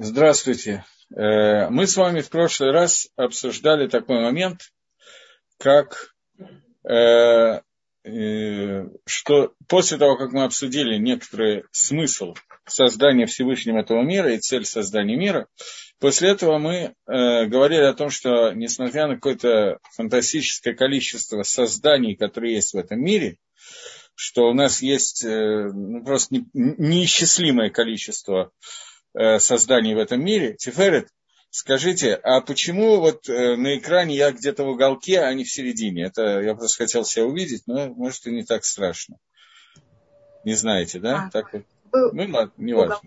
Здравствуйте. Мы с вами в прошлый раз обсуждали такой момент, как что после того, как мы обсудили некоторый смысл создания Всевышним этого мира и цель создания мира, после этого мы говорили о том, что несмотря на какое-то фантастическое количество созданий, которые есть в этом мире, что у нас есть просто неисчислимое количество созданий в этом мире. Тиферет, скажите, а почему вот на экране я где-то в уголке, а не в середине? Это я просто хотел себя увидеть, но может и не так страшно. Не знаете, да? Так вот. Ну ладно, не важно.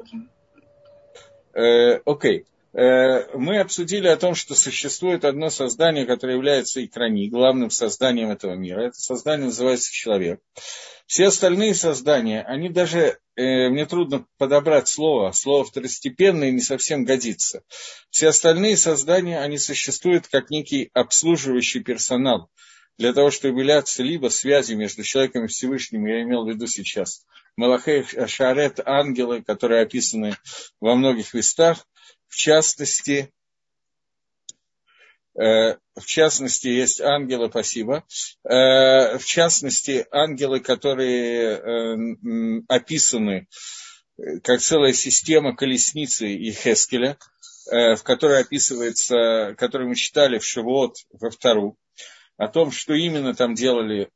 Окей. Мы обсудили о том, что существует одно создание, которое является экрани, главным созданием этого мира. Это создание называется человек. Все остальные создания, они даже, мне трудно подобрать слово второстепенное не совсем годится. Все остальные создания, они существуют как некий обслуживающий персонал, для того, чтобы являться либо связью между человеком и Всевышним, я имел в виду сейчас, Малахей Шаарет, ангелы, которые описаны во многих местах, в частности, есть ангелы, спасибо. В частности, ангелы, которые описаны как целая система колесницы и Хескеля, в которой описывается, которую мы читали в Шивот, во Втору, о том, что именно там делали,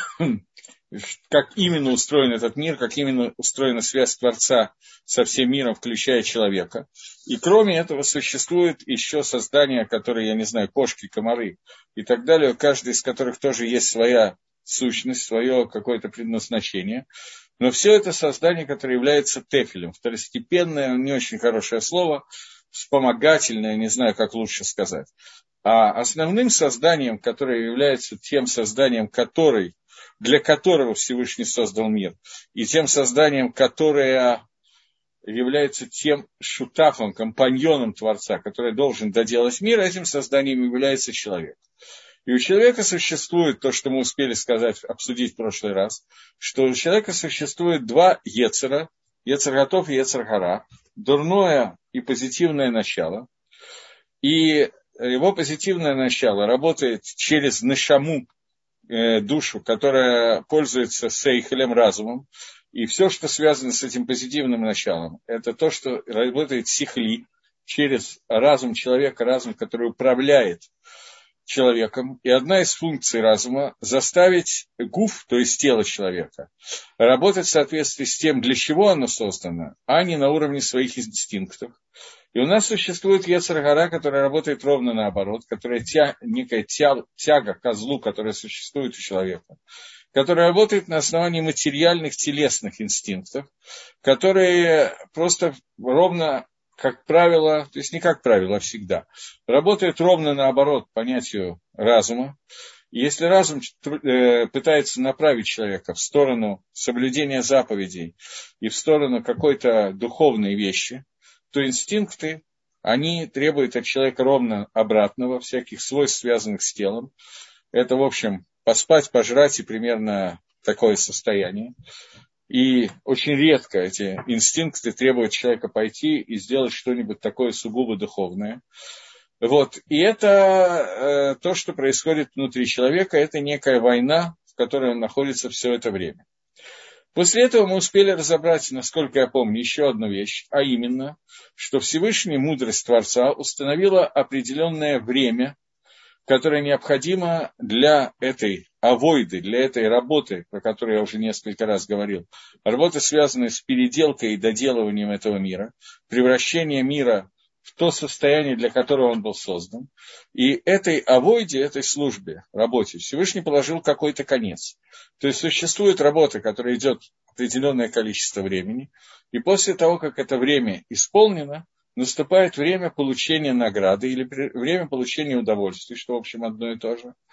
как именно устроен этот мир, как именно устроена связь Творца со всем миром, включая человека. И кроме этого существует еще создания, которые, я не знаю, кошки, комары и так далее, у каждой из которых тоже есть своя сущность, свое какое-то предназначение. Но все это создание, которое является тефелем, второстепенное, не очень хорошее слово, вспомогательное, не знаю, как лучше сказать. А основным созданием, которое является тем созданием, для которого Всевышний создал мир, и тем созданием, которое является тем шутафом, компаньоном Творца, который должен доделать мир, этим созданием является человек. И у человека существует то, что мы успели обсудить в прошлый раз, что у человека существует два ецера, ецер готов и ецер гара, дурное и позитивное начало. И его позитивное начало работает через нешаму, душу, которая пользуется сейхелем, разумом, и все, что связано с этим позитивным началом, это то, что работает сихли, через разум человека, разум, который управляет человеком, и одна из функций разума – заставить гуф, то есть тело человека, работать в соответствии с тем, для чего оно создано, а не на уровне своих инстинктов. И у нас существует ецер гара, которая работает ровно наоборот, которая некая тяга ко злу, которая существует у человека, которая работает на основании материальных телесных инстинктов, которые просто ровно, как правило, то есть не как правило, а всегда, работают ровно наоборот понятию разума. И если разум пытается направить человека в сторону соблюдения заповедей и в сторону какой-то духовной вещи, то инстинкты, они требуют от человека ровно обратного, всяких свойств, связанных с телом. Это, в общем, поспать, пожрать и примерно такое состояние. И очень редко эти инстинкты требуют человека пойти и сделать что-нибудь такое сугубо духовное. Вот. И это то, что происходит внутри человека, это некая война, в которой он находится все это время. После этого мы успели разобрать, насколько я помню, еще одну вещь, а именно, что Всевышний, мудрость Творца, установила определенное время, которое необходимо для этой авойды, для этой работы, про которую я уже несколько раз говорил, работы, связанные с переделкой и доделыванием этого мира, превращение мира в то состояние, для которого он был создан. И этой авойде, этой службе, работе Всевышний положил какой-то конец. То есть существует работа, которая идет определенное количество времени, и после того, как это время исполнено, наступает время получения награды или время получения удовольствия, что, в общем, одно и то же.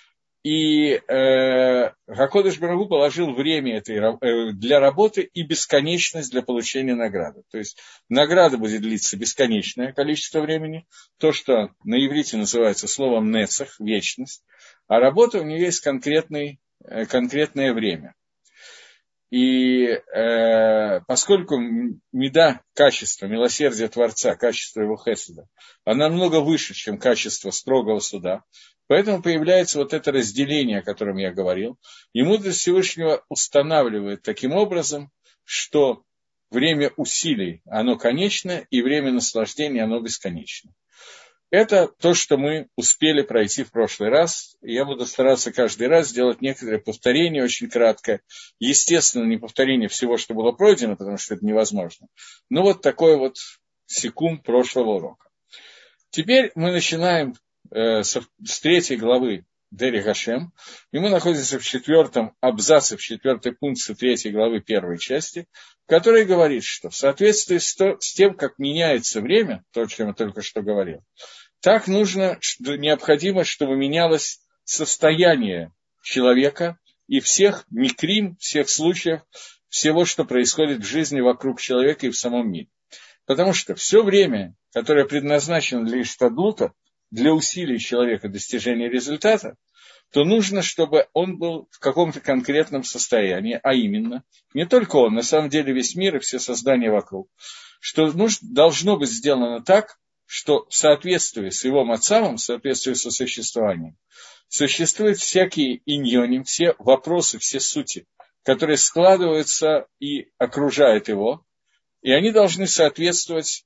И Акодыш Барух Ху положил время для работы и бесконечность для получения награды. То есть награда будет длиться бесконечное количество времени, то, что на иврите называется словом нецах, вечность, а работа у нее есть конкретное время. И поскольку меда, качество, милосердие Творца, качество его хеседа, она намного выше, чем качество строгого суда, поэтому появляется вот это разделение, о котором я говорил. И мудрость Всевышнего устанавливает таким образом, что время усилий, оно конечно, и время наслаждения, оно бесконечно. Это то, что мы успели пройти в прошлый раз. Я буду стараться каждый раз сделать некоторые повторения, очень кратко. Естественно, не повторение всего, что было пройдено, потому что это невозможно. Но вот такой вот секунд прошлого урока. Теперь мы начинаем с 3 главы Дери Гашем, и мы находимся в 4 абзаце, в 4 пункте 3 главы 1 части, в которой говорит, что в соответствии с тем, как меняется время, то, о чем я только что говорил, так необходимо, чтобы менялось состояние человека и всех микрим, всех случаев, всего, что происходит в жизни вокруг человека и в самом мире. Потому что все время, которое предназначено для иштадлута, для усилий человека достижения результата, то нужно, чтобы он был в каком-то конкретном состоянии, а именно, не только он, на самом деле весь мир и все создания вокруг, что должно быть сделано так, что в соответствии с его мацавом, в соответствии со существованием, существуют всякие иньоним, все вопросы, все сути, которые складываются и окружают его, и они должны соответствовать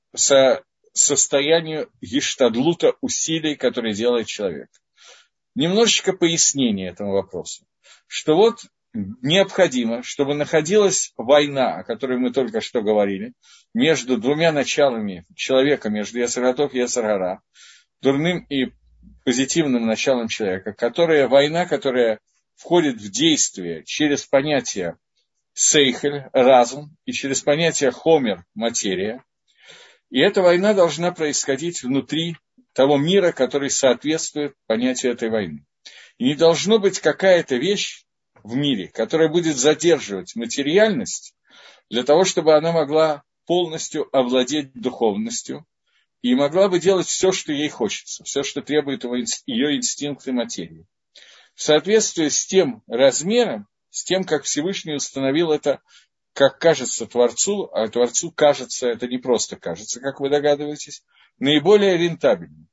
состоянию гиштадлута, усилий, которые делает человек. Немножечко пояснение этому вопросу, что вот необходимо, чтобы находилась война, о которой мы только что говорили, между двумя началами человека, между Яцер-Тов и Яцер-Гара, дурным и позитивным началом человека, война, которая входит в действие через понятие сейхель, разум, и через понятие хомер, материя. И эта война должна происходить внутри того мира, который соответствует понятию этой войны. И не должно быть какая-то вещь в мире, которая будет задерживать материальность для того, чтобы она могла полностью овладеть духовностью и могла бы делать все, что ей хочется, все, что требует ее инстинкты материи. В соответствии с тем размером, с тем, как Всевышний установил это, как кажется Творцу, а Творцу кажется, это не просто кажется, как вы догадываетесь, наиболее рентабельным.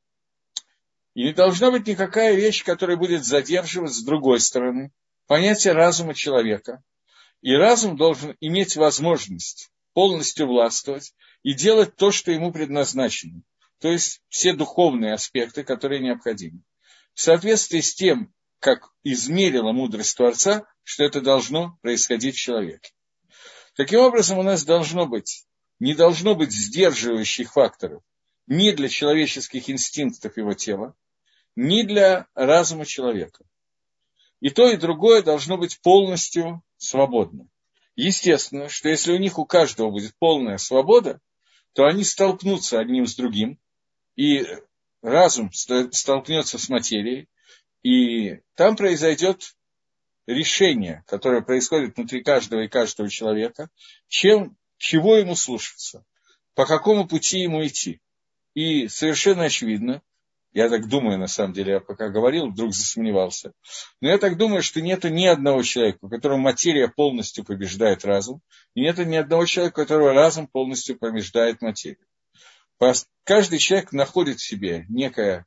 И не должна быть никакая вещь, которая будет задерживать с другой стороны понятие разума человека. И разум должен иметь возможность полностью властвовать и делать то, что ему предназначено. То есть все духовные аспекты, которые необходимы. В соответствии с тем, как измерила мудрость Творца, что это должно происходить в человеке. Таким образом, у нас не должно быть сдерживающих факторов ни для человеческих инстинктов его тела, ни для разума человека. И то, и другое должно быть полностью свободно. Естественно, что если у каждого будет полная свобода, то они столкнутся одним с другим, и разум столкнется с материей, и там произойдет решение, которое происходит внутри каждого и каждого человека, чего ему слушаться, по какому пути ему идти. И совершенно очевидно, я так думаю, на самом деле, я пока говорил, вдруг засомневался, но я так думаю, что нет ни одного человека, у которого материя полностью побеждает разум, и нет ни одного человека, у которого разум полностью побеждает материю. Каждый человек находит в себе некий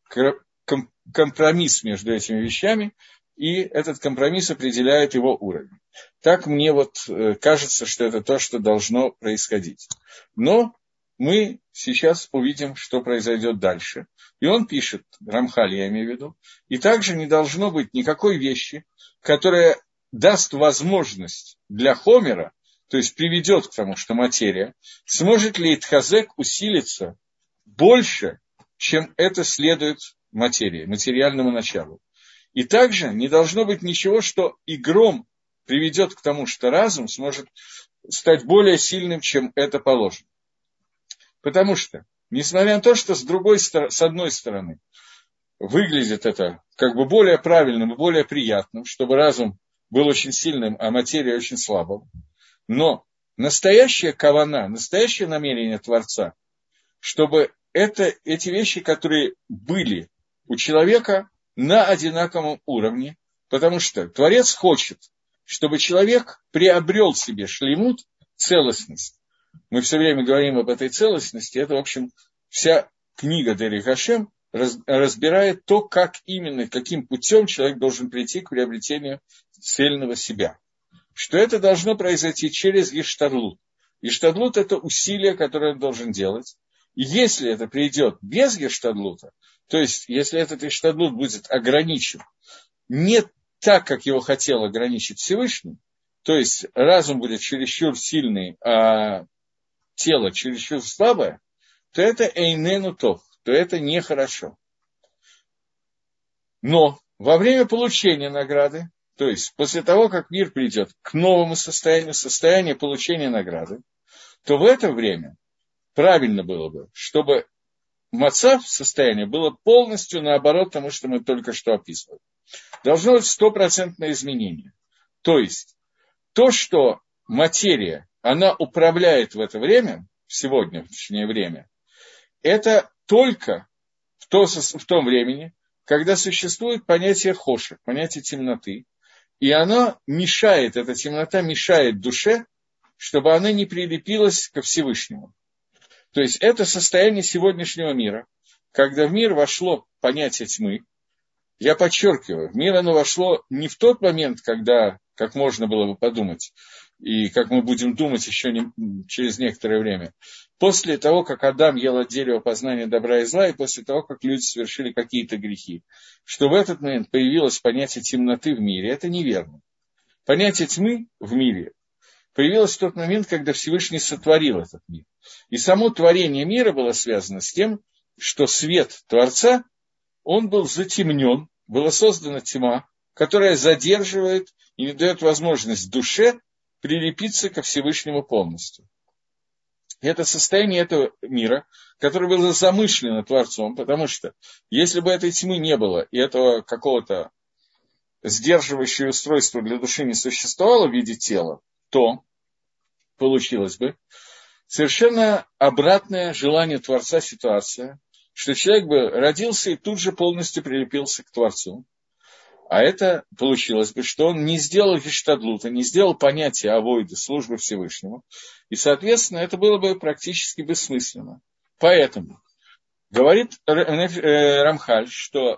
компромисс между этими вещами, и этот компромисс определяет его уровень. Так мне кажется, что это то, что должно происходить. Но мы сейчас увидим, что произойдет дальше. И он пишет, Рамхаль я имею в виду, и также не должно быть никакой вещи, которая даст возможность для Хомера, то есть приведет к тому, что материя, сможет ли Итхазек усилиться больше, чем это следует материи, материальному началу. И также не должно быть ничего, что игром приведет к тому, что разум сможет стать более сильным, чем это положено. Потому что, несмотря на то, что с одной стороны выглядит это как бы более правильным и более приятным, чтобы разум был очень сильным, а материя очень слабым, но настоящая кавана, настоящее намерение Творца, чтобы эти вещи, которые были у человека, на одинаковом уровне, потому что Творец хочет, чтобы человек приобрел себе шлеймут, целостность. Мы все время говорим об этой целостности. Это, в общем, вся книга Дерech Хашем разбирает то, как именно, каким путем человек должен прийти к приобретению цельного себя. Что это должно произойти через Иштадлут. Иштадлут – это усилие, которое он должен делать. И если это придет без Иштадлута, то есть если этот Иштадлут будет ограничен не так, как его хотел ограничить Всевышний, то есть разум будет чересчур сильный, а тело чересчур слабое, то это эйнену тов, то это нехорошо. Но во время получения награды, то есть после того, как мир придет к новому состоянию, состоянию получения награды, то в это время правильно было бы, чтобы мацав состояние было полностью наоборот тому, что мы только что описывали. Должно быть 100% изменение. То есть то, что материя, она управляет в это время, в сегодняшнее время, это только в том времени, когда существует понятие хошек, понятие темноты, и она мешает, эта темнота мешает душе, чтобы она не прилепилась ко Всевышнему. То есть это состояние сегодняшнего мира, когда в мир вошло понятие тьмы. Я подчеркиваю, в мир оно вошло не в тот момент, когда, как можно было бы подумать, и как мы будем думать еще через некоторое время, после того, как Адам ел от дерева познания добра и зла, и после того, как люди совершили какие-то грехи, что в этот момент появилось понятие темноты в мире, это неверно. Понятие тьмы в мире появилось в тот момент, когда Всевышний сотворил этот мир. И само творение мира было связано с тем, что свет Творца, он был затемнен, была создана тьма, которая задерживает и не дает возможность душе прилепиться ко Всевышнему полностью. Это состояние этого мира, которое было замышлено Творцом, потому что если бы этой тьмы не было, и этого какого-то сдерживающего устройства для души не существовало в виде тела, то получилось бы совершенно обратное желание Творца ситуация, что человек бы родился и тут же полностью прилепился к Творцу. А это получилось бы, что он не сделал гештадлута, не сделал понятия авойды, службы Всевышнему. И, соответственно, это было бы практически бессмысленно. Поэтому говорит Рамхаль, что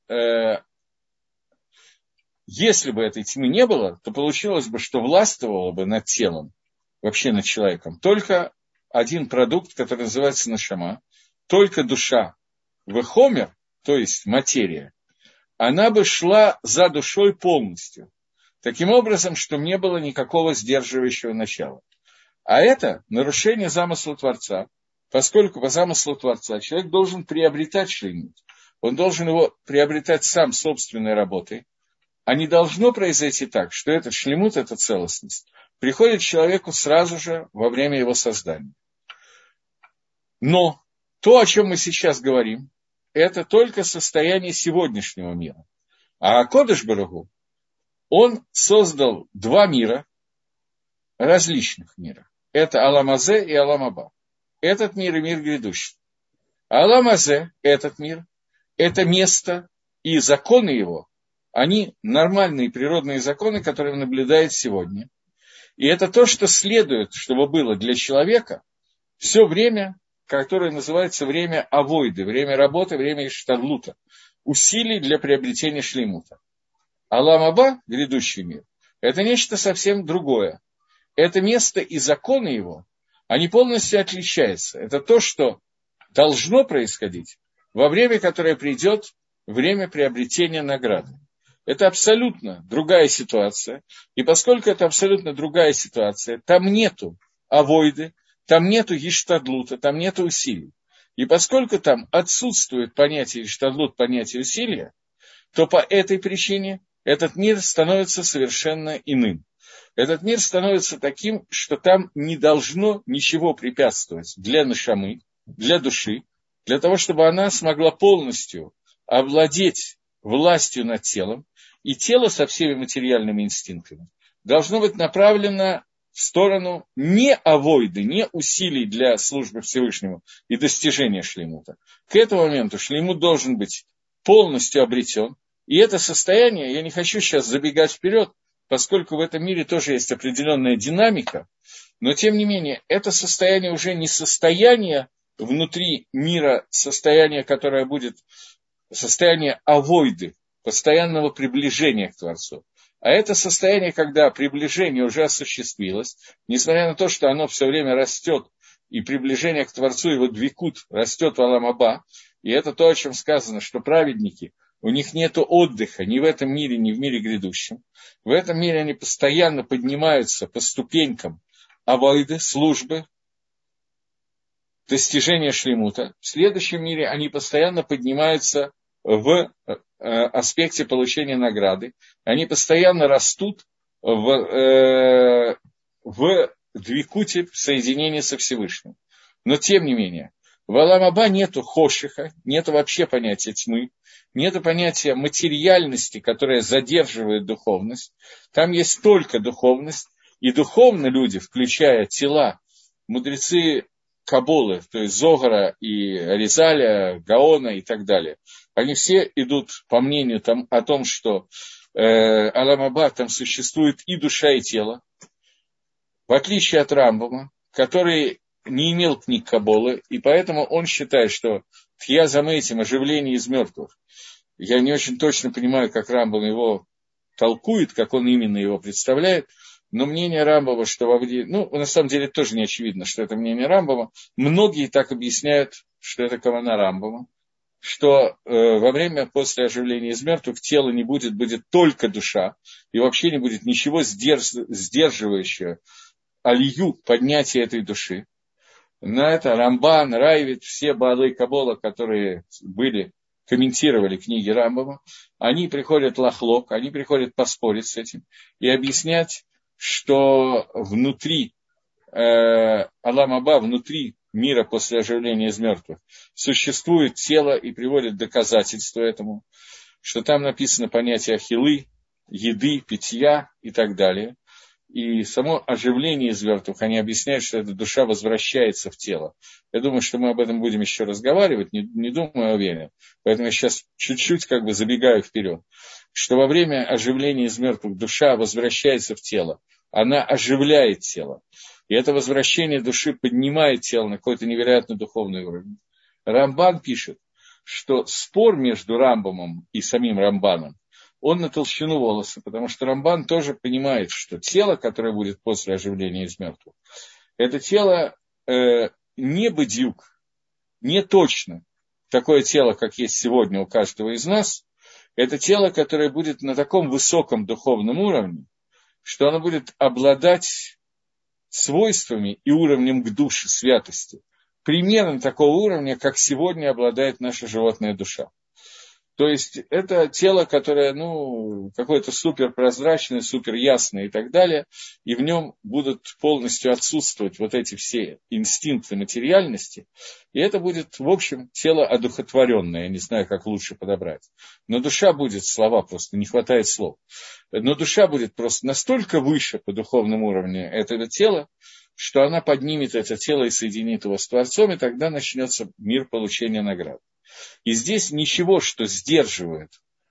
если бы этой тьмы не было, то получилось бы, что властвовало бы над телом, вообще над человеком, только один продукт, который называется нашама, только душа вехомер, то есть материя, она бы шла за душой полностью. Таким образом, что не было никакого сдерживающего начала. А это нарушение замысла Творца, поскольку по замыслу Творца человек должен приобретать шлеймут. Он должен его приобретать сам собственной работой. А не должно произойти так, что этот шлеймут, эта целостность, приходит человеку сразу же во время его создания. Но то, о чем мы сейчас говорим, это только состояние сегодняшнего мира. А Кодеш Барух Ху, он создал два мира, различных мира. Это Алам Азе и Алам Аба. Этот мир и мир грядущий. Алам Азе, этот мир, это место и законы его, они нормальные природные законы, которые он наблюдает сегодня. И это то, что следует, чтобы было для человека все время, которое называется время авойды, время работы, время иштадлута, усилий для приобретения шлеймута. Алам Аба, грядущий мир, это нечто совсем другое. Это место и законы его, они полностью отличаются. Это то, что должно происходить во время, которое придет, время приобретения награды. Это абсолютно другая ситуация. И поскольку это абсолютно другая ситуация, там нету авойды, там нету гештадлута, там нету усилий. И поскольку там отсутствует понятие гештадлут, понятие усилия, то по этой причине этот мир становится совершенно иным. Этот мир становится таким, что там не должно ничего препятствовать для нашамы, для души, для того, чтобы она смогла полностью овладеть властью над телом, и тело со всеми материальными инстинктами должно быть направлено в сторону не авойды, не усилий для службы Всевышнему и достижения шлеймута. К этому моменту шлеймут должен быть полностью обретен. И это состояние, я не хочу сейчас забегать вперед, поскольку в этом мире тоже есть определенная динамика, но тем не менее, это состояние уже не состояние внутри мира, состояние, которое будет состояние авойды, постоянного приближения к Творцу. А это состояние, когда приближение уже осуществилось, несмотря на то, что оно все время растет, и приближение к Творцу, его двикут, растет в Олам Аба, и это то, о чем сказано, что праведники, у них нет отдыха ни в этом мире, ни в мире грядущем. В этом мире они постоянно поднимаются по ступенькам авойды, службы, достижения шлемута. В следующем мире они постоянно поднимаются в аспекте получения награды. Они постоянно растут в двикуте, в соединении со Всевышним. Но тем не менее, в Олам Аба нету хошиха, нету вообще понятия тьмы, нету понятия материальности, которая задерживает духовность. Там есть только духовность, и духовно люди, включая тела, мудрецы Каболы, то есть Зогара и Аризаля, Гаона и так далее, они все идут по мнению о том, что Олам Аба там существует и душа, и тело, в отличие от Рамбама, который не имел книг Каболы, и поэтому он считает, что тхия замейтим, оживление из мертвых. Я не очень точно понимаю, как Рамбам его толкует, как он именно его представляет, но мнение Рамбама, что на самом деле тоже не очевидно, что это мнение Рамбама, многие так объясняют, что это кавана Рамбама, что во время после оживления из мертвых тело не будет, будет только душа, и вообще не будет ничего сдерживающего алию, поднятия этой души. На это Рамбан, Райвит, все Баалы Кабола, которые комментировали книги Рамбама, они приходят лахлок, они приходят поспорить с этим и объяснять, что внутри Олам Аба, внутри мира после оживления из мертвых, существует тело и приводят доказательства этому, что там написано понятие ахилы, еды, питья и так далее. И само оживление из мертвых, они объясняют, что эта душа возвращается в тело. Я думаю, что мы об этом будем еще разговаривать, не думаю, а уверен. Поэтому я сейчас чуть-чуть забегаю вперед. Что во время оживления из мертвых душа возвращается в тело. Она оживляет тело. И это возвращение души поднимает тело на какой-то невероятно духовный уровень. Рамбан пишет, что спор между Рамбамом и самим Рамбаном, он на толщину волоса, потому что Рамбан тоже понимает, что тело, которое будет после оживления из мертвых, это тело не бадюк, не точно такое тело, как есть сегодня у каждого из нас, это тело, которое будет на таком высоком духовном уровне, что оно будет обладать свойствами и уровнем к душе, святости, примерно такого уровня, как сегодня обладает наша животная душа. То есть это тело, которое, какое-то суперпрозрачное, суперясное и так далее, и в нем будут полностью отсутствовать вот эти все инстинкты материальности, и это будет, в общем, тело одухотворенное, я не знаю, как лучше подобрать. Но душа будет, слова просто, не хватает слов, но душа будет просто настолько выше по духовному уровню этого тела, что она поднимет это тело и соединит его с Творцом, и тогда начнется мир получения наград. И здесь ничего, что сдерживает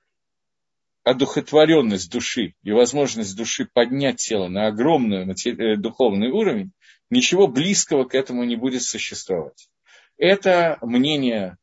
одухотворенность души и возможность души поднять тело на огромный духовный уровень, ничего близкого к этому не будет существовать. Это мнение,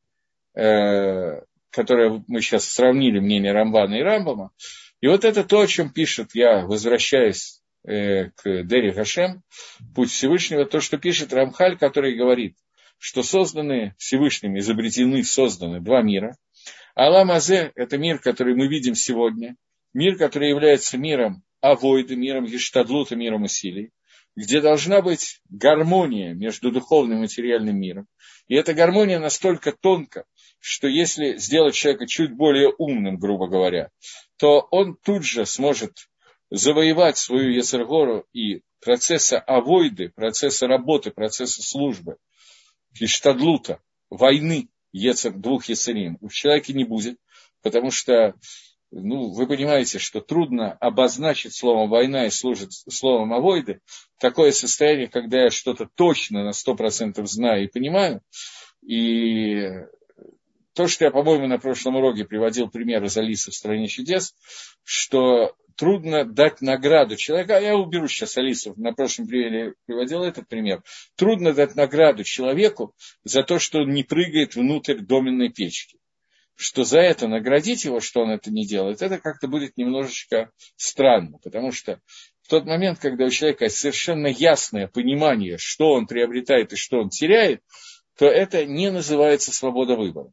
которое мы сейчас сравнили, мнение Рамбана и Рамбама. И вот это то, о чем пишет, я возвращаюсь к Дери Гашем, путь Всевышнего, то, что пишет Рамхаль, который говорит, что созданы Всевышним, созданы два мира. Олам Азе – это мир, который мы видим сегодня, мир, который является миром авойды, миром гештадлута, миром усилий, где должна быть гармония между духовным и материальным миром. И эта гармония настолько тонка, что если сделать человека чуть более умным, грубо говоря, то он тут же сможет завоевать свою Ецер-гору и процесса авойды, процесса работы, процесса службы, гештадлута, войны двух Ецерим в человеке не будет, потому что, вы понимаете, что трудно обозначить словом «война» и служить словом «авойды» такое состояние, когда я что-то точно на 100% знаю и понимаю. И то, что я, по-моему, на прошлом уроке приводил пример из «Алисы в стране чудес», что трудно дать награду человеку. Я уберу сейчас Алису, на прошлом примере приводил этот пример. Трудно дать награду человеку за то, что он не прыгает внутрь доменной печки. Что за это наградить его, что он это не делает, это как-то будет немножечко странно, потому что в тот момент, когда у человека совершенно ясное понимание, что он приобретает и что он теряет, то это не называется свобода выбора.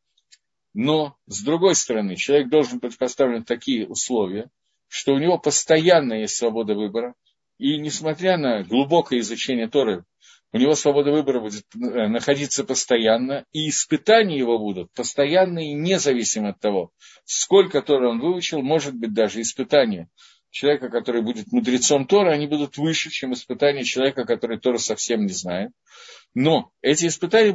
Но, с другой стороны, человек должен быть поставлен в такие условия, что у него постоянно есть свобода выбора, и несмотря на глубокое изучение Торы, у него свобода выбора будет находиться постоянно, и испытания его будут постоянно и независимо от того, сколько Торы он выучил, может быть даже испытания человека, который будет мудрецом Торы, они будут выше, чем испытания человека, который Тору совсем не знает. Но эти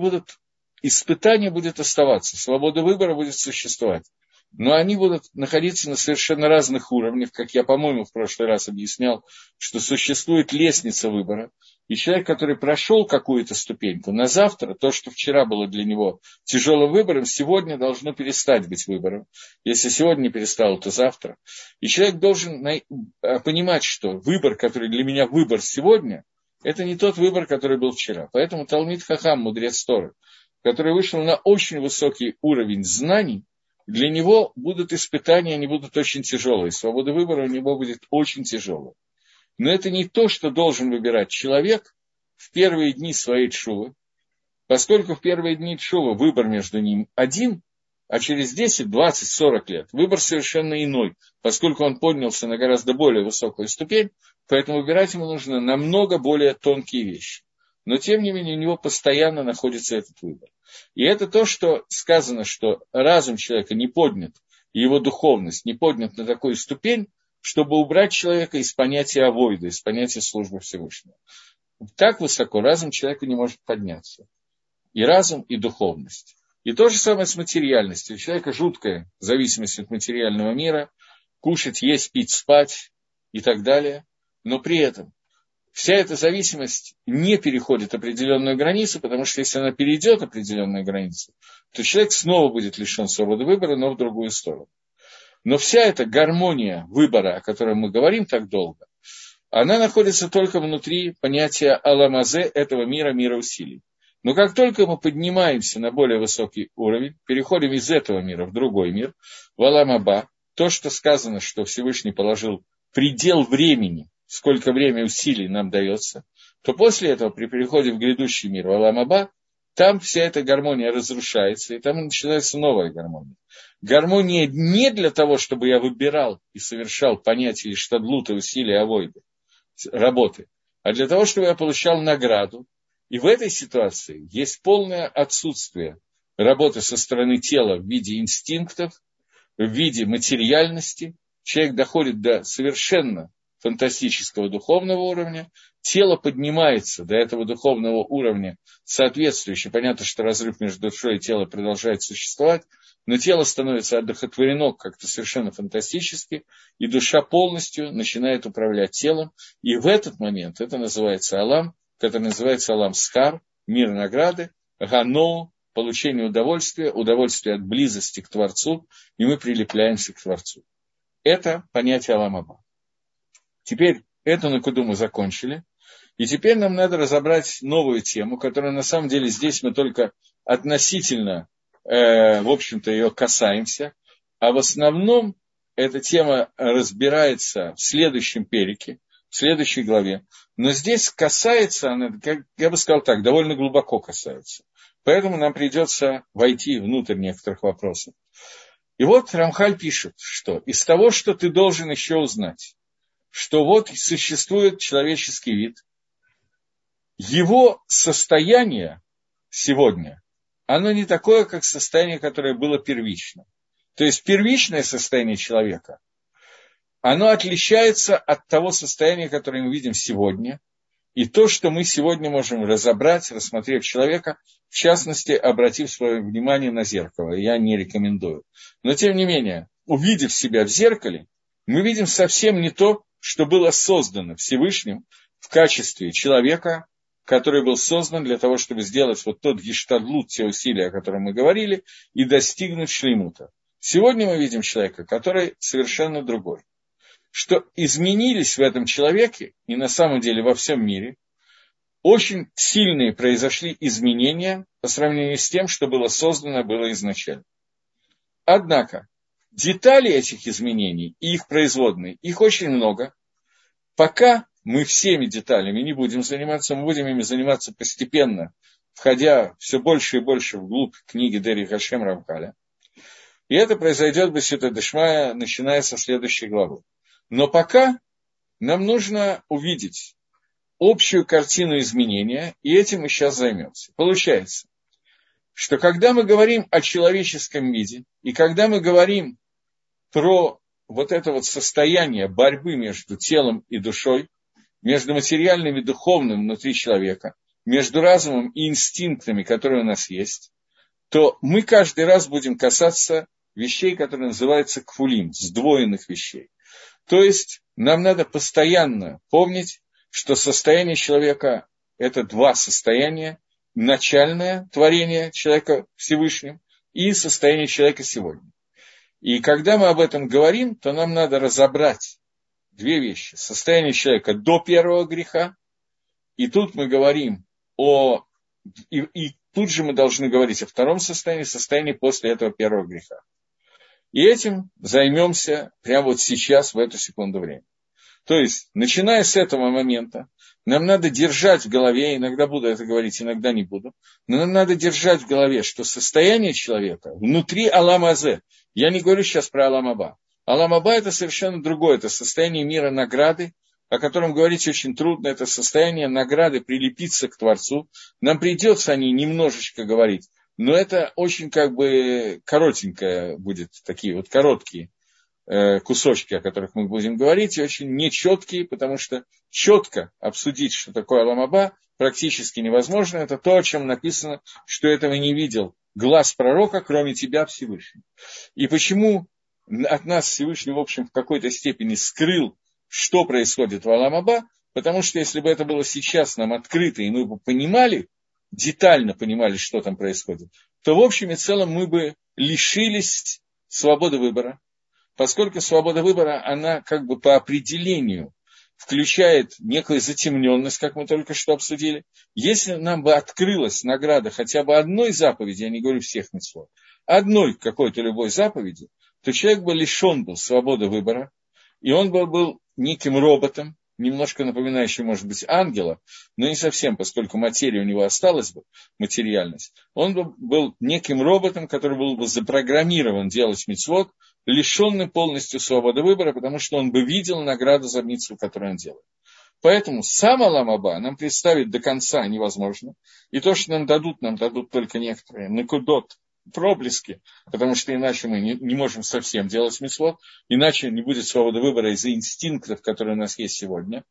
испытания будут оставаться, свобода выбора будет существовать. Но они будут находиться на совершенно разных уровнях, как я, по-моему, в прошлый раз объяснял, что существует лестница выбора, и человек, который прошел какую-то ступеньку, на завтра то, что вчера было для него тяжелым выбором, сегодня должно перестать быть выбором. Если сегодня не перестало, то завтра. И человек должен понимать, что выбор, который для меня выбор сегодня, это не тот выбор, который был вчера. Поэтому Талмид Хахам, мудрец Торы, который вышел на очень высокий уровень знаний, для него будут испытания, они будут очень тяжелые. Свобода выбора у него будет очень тяжелая. Но это не то, что должен выбирать человек в первые дни своей тшувы, поскольку в первые дни тшувы выбор между ним один, а через 10, 20, 40 лет выбор совершенно иной, поскольку он поднялся на гораздо более высокую ступень, поэтому выбирать ему нужно намного более тонкие вещи. Но, тем не менее, у него постоянно находится этот выбор. И это то, что сказано, что разум человека не поднят, и его духовность не поднят на такую ступень, чтобы убрать человека из понятия авойда, из понятия службы Всевышнего. Так высоко разум человека не может подняться. И разум, и духовность. И то же самое с материальностью. У человека жуткая зависимость от материального мира, кушать, есть, пить, спать и так далее. Но при этом вся эта зависимость не переходит определенную границу, потому что если она перейдет определенную границу, то человек снова будет лишен свободы выбора, но в другую сторону. Но вся эта гармония выбора, о которой мы говорим так долго, она находится только внутри понятия аламазе, этого мира, мира усилий. Но как только мы поднимаемся на более высокий уровень, переходим из этого мира в другой мир, в аламаба, то, что сказано, что Всевышний положил предел времени, сколько время усилий нам дается, то после этого при переходе в грядущий мир, в аламаба, там вся эта гармония разрушается, и там начинается новая гармония. Гармония не для того, чтобы я выбирал и совершал понятие штадлута, усилия, авойды, работы, а для того, чтобы я получал награду. И в этой ситуации есть полное отсутствие работы со стороны тела в виде инстинктов, в виде материальности. Человек доходит до совершенно фантастического духовного уровня, тело поднимается до этого духовного уровня соответствующе. Понятно, что разрыв между душой и телом продолжает существовать, но тело становится одухотворено как-то совершенно фантастически, и душа полностью начинает управлять телом. И в этот момент это называется алам, который называется алам схар, мир награды, ганоу, получение удовольствия, удовольствие от близости к Творцу, и мы прилепляемся к Творцу. Это понятие алам аба. Теперь эту накуду мы закончили, и теперь нам надо разобрать новую тему, которая на самом деле здесь мы только относительно, в общем-то, ее касаемся, а в основном эта тема разбирается в следующем перике, в следующей главе, но здесь касается она, как я бы сказал так, довольно глубоко касается. Поэтому нам придется войти внутрь некоторых вопросов. И вот Рамхаль пишет, что из того, что ты должен еще узнать, что вот существует человеческий вид, его состояние сегодня, оно не такое, как состояние, которое было первично. То есть первичное состояние человека, оно отличается от того состояния, которое мы видим сегодня, и то, что мы сегодня можем разобрать, рассмотрев человека, в частности, обратив свое внимание на зеркало, я не рекомендую. Но, тем не менее, увидев себя в зеркале, мы видим совсем не то, что было создано Всевышним в качестве человека, который был создан для того, чтобы сделать вот тот гештадлут, те усилия, о которых мы говорили, и достигнуть шлеймута. Сегодня мы видим человека, который совершенно другой. что изменились в этом человеке, и на самом деле во всем мире, очень сильные произошли изменения по сравнению с тем, что было создано было изначально. Однако, детали этих изменений и их производные, их очень много. Пока мы всеми деталями не будем заниматься, мы будем ими заниматься постепенно, входя все больше и больше вглубь книги Дери Хашем Рамхаля. И это произойдет бесита дешмая, начиная со следующей главы. Но пока нам нужно увидеть общую картину изменения, и этим мы сейчас займемся. Получается, что когда мы говорим о человеческом виде, и когда мы говорим про вот это вот состояние борьбы между телом и душой, между материальным и духовным внутри человека, между разумом и инстинктами, которые у нас есть, то мы каждый раз будем касаться вещей, которые называются кфулим, сдвоенных вещей. То есть нам надо постоянно помнить, что состояние человека – это два состояния: начальное творение человека Всевышним и состояние человека сегодня. И когда мы об этом говорим, то нам надо разобрать две вещи. Состояние человека до первого греха, и тут мы говорим и тут же мы должны говорить о втором состоянии после этого первого греха. И этим займемся прямо вот сейчас, в эту секунду времени. То есть, начиная с этого момента, нам надо держать в голове, иногда буду это говорить, иногда не буду, но нам надо держать в голове, что состояние человека внутри Алам Азе, я не говорю сейчас про Алам Аба. Алам Аба – это совершенно другое, это состояние мира награды, о котором говорить очень трудно, это состояние награды прилепиться к Творцу. Нам придется о ней немножечко говорить, но это очень коротенькое будет, такие вот короткие кусочки, о которых мы будем говорить, и очень нечеткие, потому что четко обсудить, что такое Алам Аба, практически невозможно. Это то, о чем написано, что этого не видел глаз пророка, кроме тебя, Всевышний. И почему от нас Всевышний, в общем, в какой-то степени скрыл, что происходит в Алам Аба, потому что если бы это было сейчас нам открыто, и мы бы понимали, детально понимали, что там происходит, то в общем и целом мы бы лишились свободы выбора, поскольку свобода выбора, она по определению включает некую затемненность, как мы только что обсудили. Если нам бы открылась награда хотя бы одной заповеди, я не говорю всех мицвот, одной какой-то любой заповеди, то человек бы лишен был свободы выбора, и он бы был неким роботом, немножко напоминающим, может быть, ангела, но не совсем, поскольку материя у него осталась бы, материальность. Он бы был неким роботом, который был бы запрограммирован делать мицвот, лишенный полностью свободы выбора, потому что он бы видел награду за мицву, которую он делает. Поэтому сам Алам Аба нам представить до конца невозможно, и то, что нам дадут только некоторые накудот, проблески, потому что иначе мы не можем совсем делать мицвот, иначе не будет свободы выбора из-за инстинктов, которые у нас есть сегодня.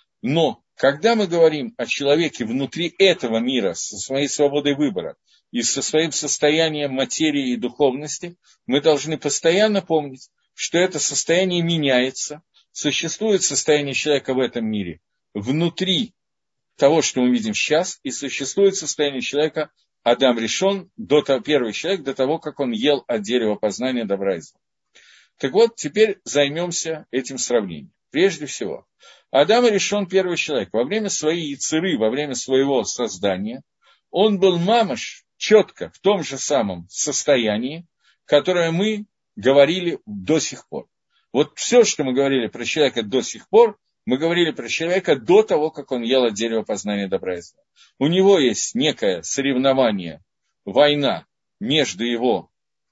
Но когда мы говорим о человеке внутри этого мира со своей свободой выбора и со своим состоянием материи и духовности, мы должны постоянно помнить, что это состояние меняется, существует состояние человека в этом мире внутри того, что мы видим сейчас, и существует состояние человека Адам решен, первый человек, до того, как он ел от дерева познания добра и зла. Так вот, теперь займемся этим сравнением. Прежде всего, Адам решен первый человек. Во время своей яцеры, во время своего создания, он был мамаш четко в том же самом состоянии, которое мы говорили до сих пор. Вот все, что мы говорили про человека до сих пор, мы говорили про человека до того, как он ел от дерева познания добра и зла. У него есть некое соревнование, война между его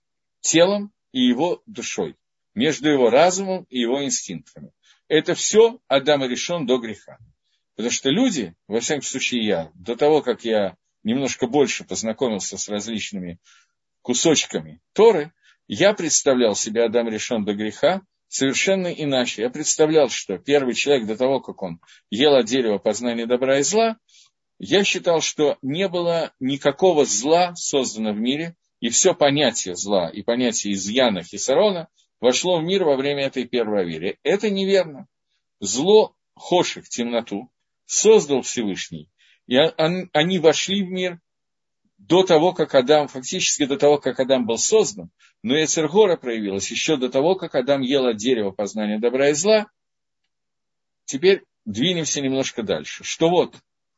телом и его душой, между его разумом и его инстинктами. Это все Адам решен до греха. Потому что люди, во всяком случае я, до того, как я немножко больше познакомился с различными кусочками Торы, я представлял себе Адам решен до греха совершенно иначе. Я представлял, что первый человек до того, как он ел от дерева познания добра и зла, я считал, что не было никакого зла создано в мире, и все понятие зла и понятие изъяна хисарона вошло в мир во время этой первой аварии. Это неверно. Зло, хошек, темноту, создал Всевышний, и они вошли в мир до того, как Адам, фактически до того, как Адам был создан, но Йецер гора проявилась еще до того, как Адам ел от дерева познания добра и зла, теперь двинемся немножко дальше. Что вот,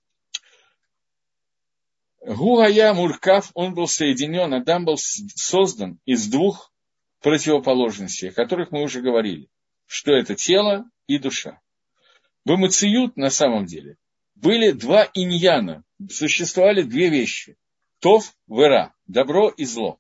Гугая Муркав, он был соединен, Адам был создан из двух противоположностей, о которых мы уже говорили, что это тело и душа. В Мациют, на самом деле, были два иньяна, существовали две вещи – тов, вера, добро и зло.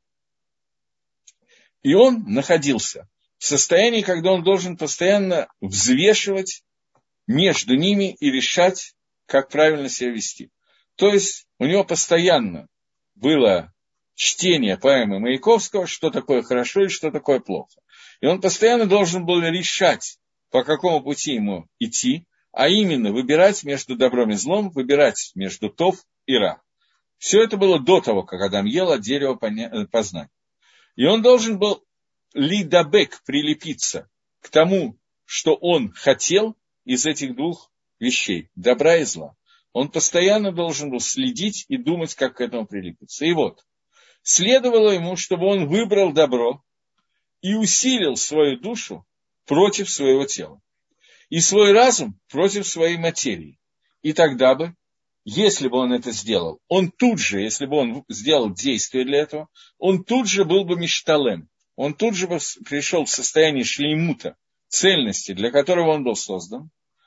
И он находился в состоянии, когда он должен постоянно взвешивать между ними и решать, как правильно себя вести. То есть у него постоянно было чтение поэмы Маяковского, что такое хорошо и что такое плохо. И он постоянно должен был решать, по какому пути ему идти, а именно выбирать между добром и злом, выбирать между тов и ра. Все это было до того, как Адам ел от дерева познания. И он должен был лидабек прилепиться к тому, что он хотел из этих двух вещей, добра и зла. Он постоянно должен был следить и думать, как к этому прилепиться. И вот, следовало ему, чтобы он выбрал добро и усилил свою душу против своего тела. И свой разум против своей материи. И тогда бы, если бы он это сделал, он тут же, если бы он сделал действие для этого, он тут же был бы мишталем. Он тут же бы пришел в состояние шлеймута, цельности, для которого он был создан.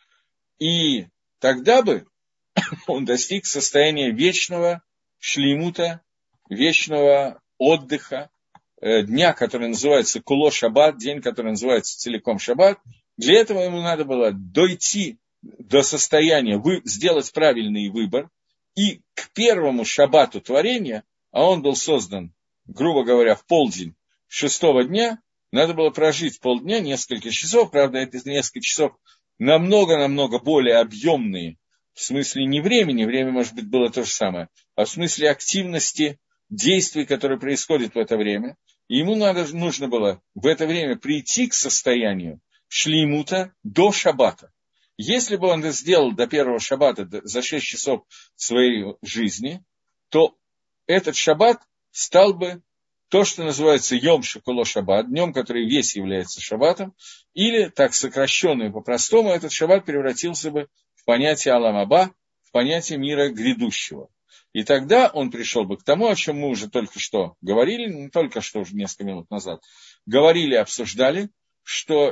И тогда бы он достиг состояния вечного шлеймута, вечного отдыха, дня, который называется Куло Шаббат, день, который называется целиком Шаббат. Для этого ему надо было дойти до состояния, сделать правильный выбор, и к первому шаббату творения, а он был создан, грубо говоря, в полдень шестого дня, надо было прожить полдня, несколько часов, правда, это несколько часов намного-намного более объемные, в смысле не времени, время, может быть, было то же самое, а в смысле активности действий, которые происходят в это время. И ему нужно было в это время прийти к состоянию шлеймута до шаббата. Если бы он это сделал до первого шаббата, за 6 часов своей жизни, то этот шаббат стал бы то, что называется Йом Шекуло Шаббат, днем, который весь является шаббатом, или, так сокращенно и по-простому, этот шаббат превратился бы в понятие Алам Аба, в понятие мира грядущего. И тогда он пришел бы к тому, о чем мы уже только что говорили, не только что, уже несколько минут назад, говорили, обсуждали, что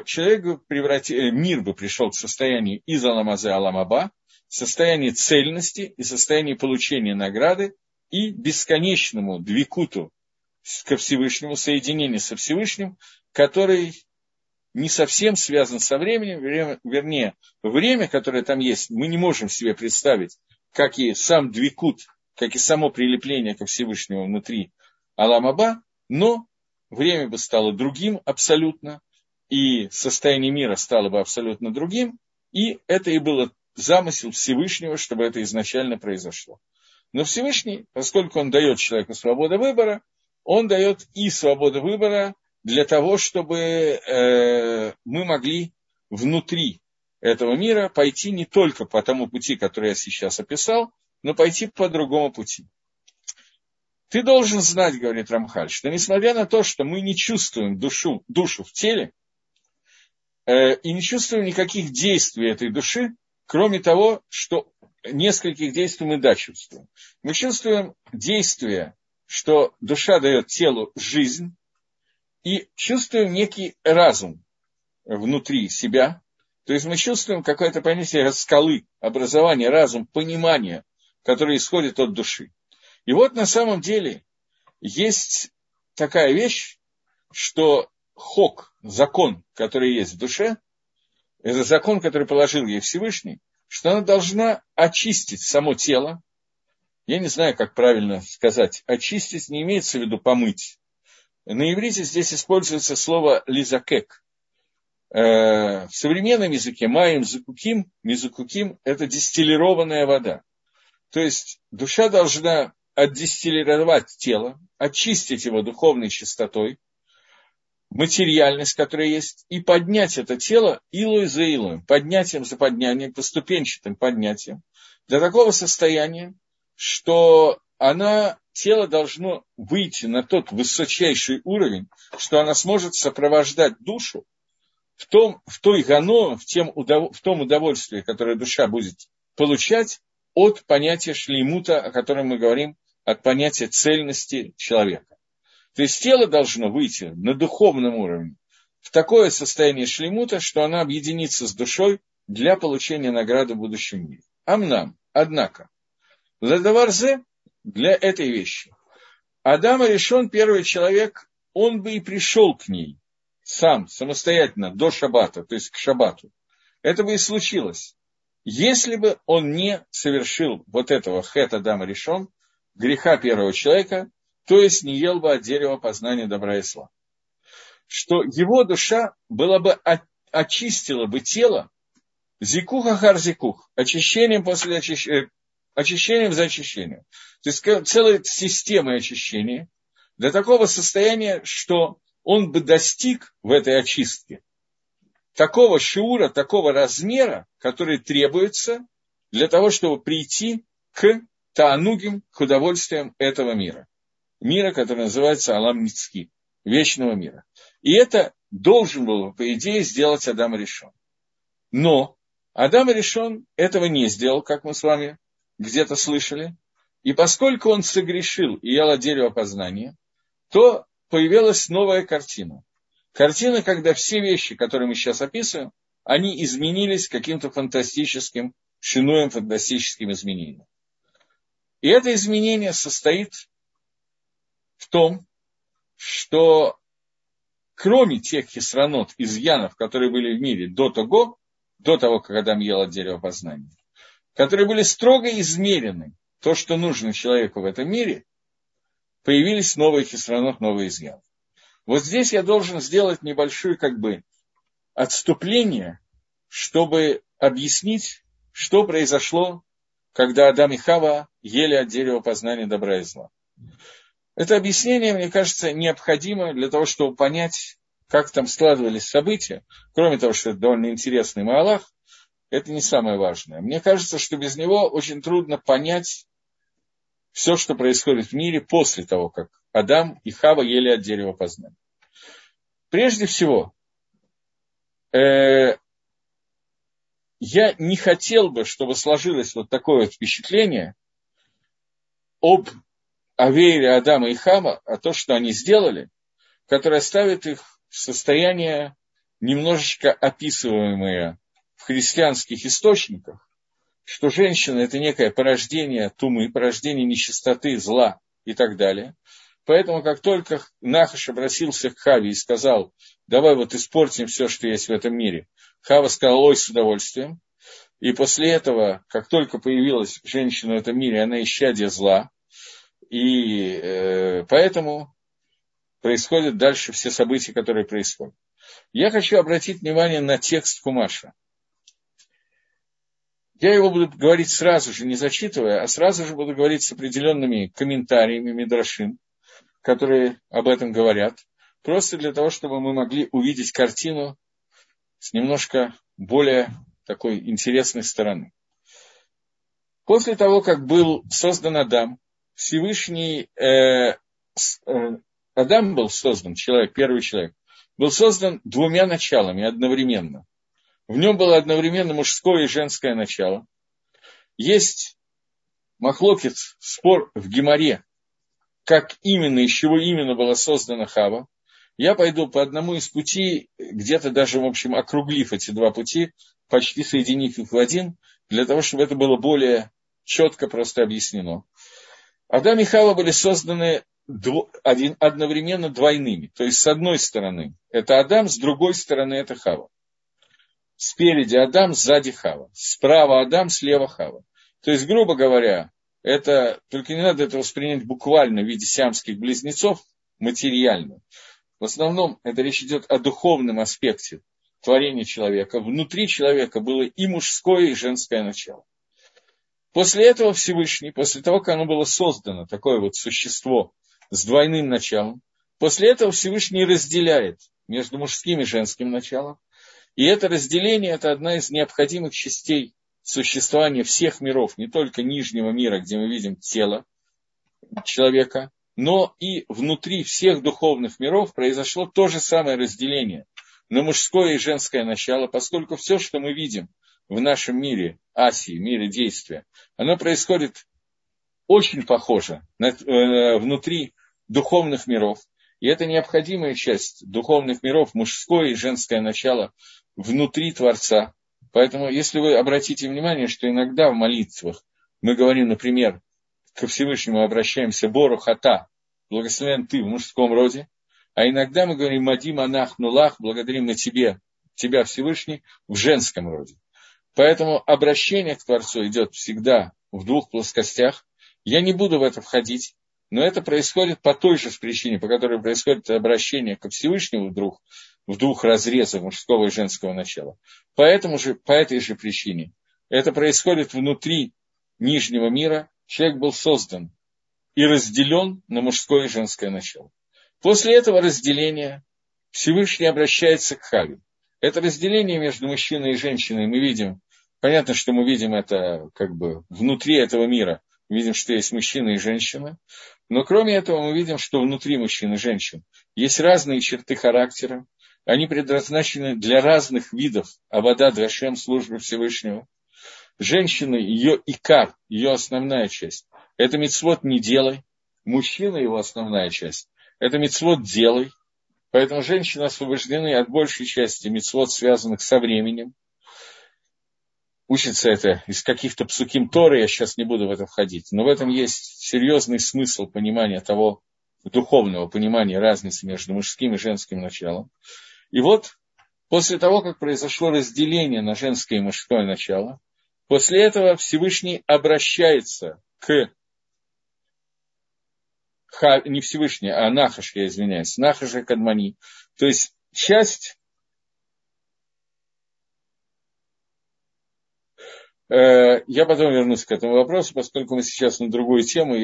мир бы пришел к состоянию из Аламазе Аламаба, состоянию цельности и состоянию получения награды и бесконечному двикуту ко Всевышнему, соединению со Всевышним, который не совсем связан со временем, вернее, время, которое там есть, мы не можем себе представить, как и сам двикут, как и само прилепление ко Всевышнему внутри Аламаба, но время бы стало другим абсолютно, и состояние мира стало бы абсолютно другим, и это и было замысел Всевышнего, чтобы это изначально произошло. Но Всевышний, поскольку он дает человеку свободу выбора, он дает и свободу выбора для того, чтобы мы могли внутри этого мира пойти не только по тому пути, который я сейчас описал, но пойти по другому пути. Ты должен знать, говорит Рамхаль, что несмотря на то, что мы не чувствуем душу в теле, и не чувствуем никаких действий этой души, кроме того, что нескольких действий мы чувствуем. Мы чувствуем действия, что душа дает телу жизнь, и чувствуем некий разум внутри себя. То есть мы чувствуем какое-то понятие скалы, образование, разум, понимание, которое исходит от души. И вот на самом деле есть такая вещь, что хок, закон, который есть в душе, это закон, который положил ей Всевышний, что она должна очистить само тело. Я не знаю, как правильно сказать. Очистить не имеется в виду помыть. На иврите здесь используется слово «лизакек». В современном языке маим закуким, мизукуким – это дистиллированная вода. То есть душа должна отдистиллировать тело, очистить его духовной чистотой, материальность, которая есть, и поднять это тело илой за илой, поднятием за поднятием, поступенчатым поднятием, до такого состояния, что тело должно выйти на тот высочайший уровень, что она сможет сопровождать душу в той гано, в том удовольствии, которое душа будет получать от понятия шлеймута, о котором мы говорим, от понятия цельности человека. То есть тело должно выйти на духовном уровне в такое состояние шлеймута, что оно объединится с душой для получения награды в будущем мире. Амнам, однако, Ладаварзе для этой вещи. Адам решен, первый человек, он бы и пришел к ней сам, самостоятельно, до шаббата, то есть к шаббату. Это бы и случилось, если бы он не совершил вот этого хэт Адама решен, греха первого человека, то есть не ел бы от дерева познания добра и зла. Что его душа была бы очистила бы тело зикух ахар зикух, очищением после очищения, очищением за очищением. То есть целой системой очищения до такого состояния, что он бы достиг в этой очистке такого шиура, такого размера, который требуется для того, чтобы прийти к таанугим, к удовольствиям этого мира. Мира, который называется Алам Ницки, вечного мира. И это должен был, по идее, сделать Адам решен. Но Адам решен этого не сделал, как мы с вами где-то слышали. И поскольку он согрешил и ел от дерева познания, то появилась новая картина. Картина, когда все вещи, которые мы сейчас описываем, они изменились каким-то фантастическим шинуем, фантастическим изменением. И это изменение состоит в том, что кроме тех хисранот, изъянов, которые были в мире до того, как Адам ел от дерева познания, которые были строго измерены, то, что нужно человеку в этом мире, появились новые хисранот, новые изъяны. Вот здесь я должен сделать небольшое отступление, чтобы объяснить, что произошло, когда Адам и Хава ели от дерева познания добра и зла. Это объяснение, мне кажется, необходимо для того, чтобы понять, как там складывались события. Кроме того, что это довольно интересный маалах, это не самое важное. Мне кажется, что без него очень трудно понять все, что происходит в мире после того, как Адам и Хава ели от дерева познания. Прежде всего, я не хотел бы, чтобы сложилось вот такое вот впечатление об Авейре Адама и Хава, а то, что они сделали, которое ставит их в состояние, немножечко описываемое в христианских источниках, что женщина – это некое порождение тумы, порождение нечистоты, зла и так далее. Поэтому, как только Нахаш обратился к Хаве и сказал, давай вот испортим все, что есть в этом мире, Хава сказал, ой, с удовольствием. И после этого, как только появилась женщина в этом мире, она исчадие зла. И поэтому происходят дальше все события, которые происходят. Я хочу обратить внимание на текст Хумаша. Я его буду говорить сразу же, не зачитывая, а сразу же буду говорить с определенными комментариями мидрашим, которые об этом говорят, просто для того, чтобы мы могли увидеть картину с немножко более такой интересной стороны. После того, как был создан Адам, Всевышний Адам был создан, первый человек, был создан двумя началами одновременно. В нем было одновременно мужское и женское начало. Есть махлокет, спор в Гемаре, как именно, из чего именно была создана Хава. Я пойду по одному из путей, где-то даже, в общем, округлив эти два пути, почти соединив их в один, для того, чтобы это было более четко просто объяснено. Адам и Хава были созданы одновременно двойными. То есть, с одной стороны, это Адам, с другой стороны, это Хава. Спереди Адам, сзади Хава. Справа Адам, слева Хава. То есть, грубо говоря, это, только не надо это воспринять буквально в виде сиамских близнецов, материально. В основном это речь идет о духовном аспекте творения человека. Внутри человека было и мужское, и женское начало. После этого Всевышний, после того, как оно было создано, такое вот существо с двойным началом, после этого Всевышний разделяет между мужским и женским началом. И это разделение – это одна из необходимых частей существования всех миров, не только нижнего мира, где мы видим тело человека, но и внутри всех духовных миров произошло то же самое разделение на мужское и женское начало, поскольку все, что мы видим в нашем мире, Асии, мире действия, оно происходит очень похоже внутри духовных миров. И это необходимая часть духовных миров, мужское и женское начало внутри Творца. Поэтому, если вы обратите внимание, что иногда в молитвах мы говорим, например, ко Всевышнему обращаемся Бору Хата, благословен ты в мужском роде, а иногда мы говорим Мадим Анах Нулах, благодарим мы тебя Всевышний в женском роде. Поэтому обращение к Творцу идет всегда в двух плоскостях. Я не буду в это входить, но это происходит по той же причине, по которой происходит обращение ко Всевышнему в двух разрезах мужского и женского начала. По этой же причине это происходит внутри нижнего мира. Человек был создан и разделен на мужское и женское начало. После этого разделения Всевышний обращается к Хаве. Это разделение между мужчиной и женщиной мы видим. Понятно, что мы видим это как бы внутри этого мира. Мы видим, что есть мужчина и женщина. Но кроме этого мы видим, что внутри мужчин и женщин есть разные черты характера. Они предназначены для разных видов авода двашем, службы Всевышнего. Женщина, ее икар, ее основная часть, это мицвот не делай. Мужчина, его основная часть, это мицвот делай. Поэтому женщины освобождены от большей части мицвот, связанных со временем. Учится это из каких-то псуким Торы, я сейчас не буду в это входить. Но в этом есть серьезный смысл понимания того, духовного понимания разницы между мужским и женским началом. И вот, после того, как произошло разделение на женское и мужское начало, после этого Всевышний обращается не Всевышний, а Нахаш, я извиняюсь, Нахаша Кадмани. То есть часть, я потом вернусь к этому вопросу, поскольку мы сейчас на другую тему,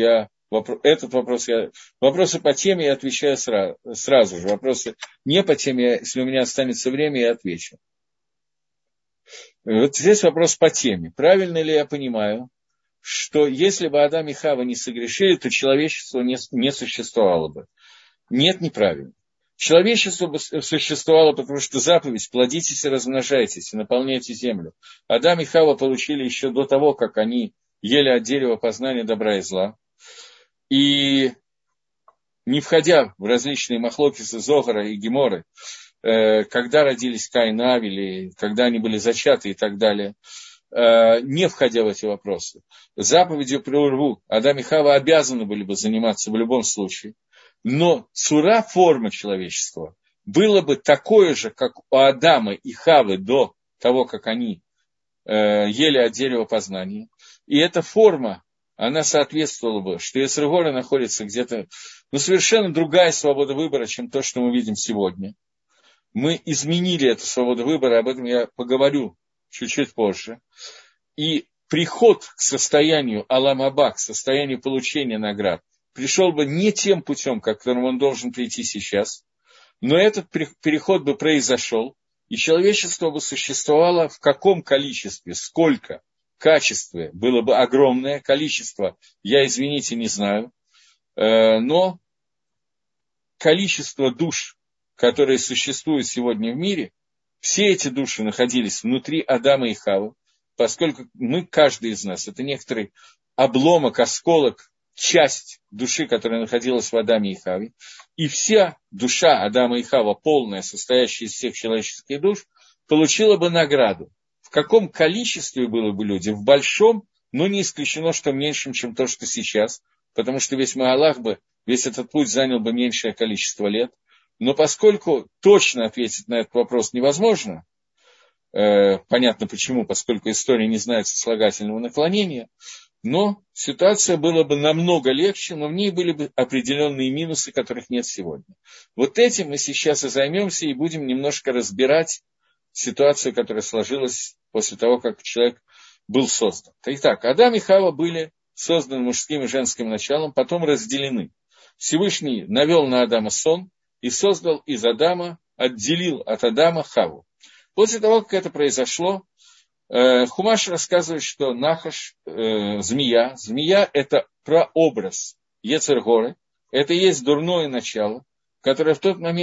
вопросы по теме я отвечаю сразу же, вопросы не по теме, если у меня останется время, я отвечу. Вот здесь вопрос по теме. Правильно ли я понимаю, что если бы Адам и Хава не согрешили, то человечество не существовало бы? Нет, неправильно. Человечество бы существовало, потому что заповедь «плодитесь и размножайтесь, и наполняйте землю». Адам и Хава получили еще до того, как они ели от дерева познания добра и зла. И не входя в различные махлокисы Зогара и Геморы, когда родились Каин и Авель, когда они были зачаты и так далее, не входя в эти вопросы, заповедью про урву Адам и Хава обязаны были бы заниматься в любом случае, но цура, форма человеческого, было бы такое же, как у Адама и Хавы до того, как они ели от дерева познания. И эта форма, она соответствовала бы, что Йецер гара находится где-то, совершенно другая свобода выбора, чем то, что мы видим сегодня. Мы изменили эту свободу выбора, об этом я поговорю чуть-чуть позже. И приход к состоянию Алам Аба, к состоянию получения наград, пришел бы не тем путем, к которому он должен прийти сейчас, но этот переход бы произошел, и человечество бы существовало в каком количестве, сколько, качестве было бы огромное количество, я, извините, не знаю, но количество душ, которые существуют сегодня в мире, все эти души находились внутри Адама и Хавы, поскольку каждый из нас, это некоторый обломок, осколок, часть души, которая находилась в Адаме и Хаве, и вся душа Адама и Хава, полная, состоящая из всех человеческих душ, получила бы награду. В каком количестве было бы люди? В большом, но не исключено, что меньшем, чем то, что сейчас, потому что весь Маалах бы, весь этот путь занял бы меньшее количество лет. Но поскольку точно ответить на этот вопрос невозможно, понятно почему, поскольку история не знает сослагательного наклонения, но ситуация была бы намного легче, но в ней были бы определенные минусы, которых нет сегодня. Вот этим мы сейчас и займемся, и будем немножко разбирать ситуацию, которая сложилась после того, как человек был создан. Итак, Адам и Хава были созданы мужским и женским началом, потом разделены. Всевышний навел на Адама сон, и создал из Адама, отделил от Адама Хаву. После того, как это произошло, Хумаш рассказывает, что Нахаш, змея это прообраз Йецер гары, это и есть дурное начало, которое в тот момент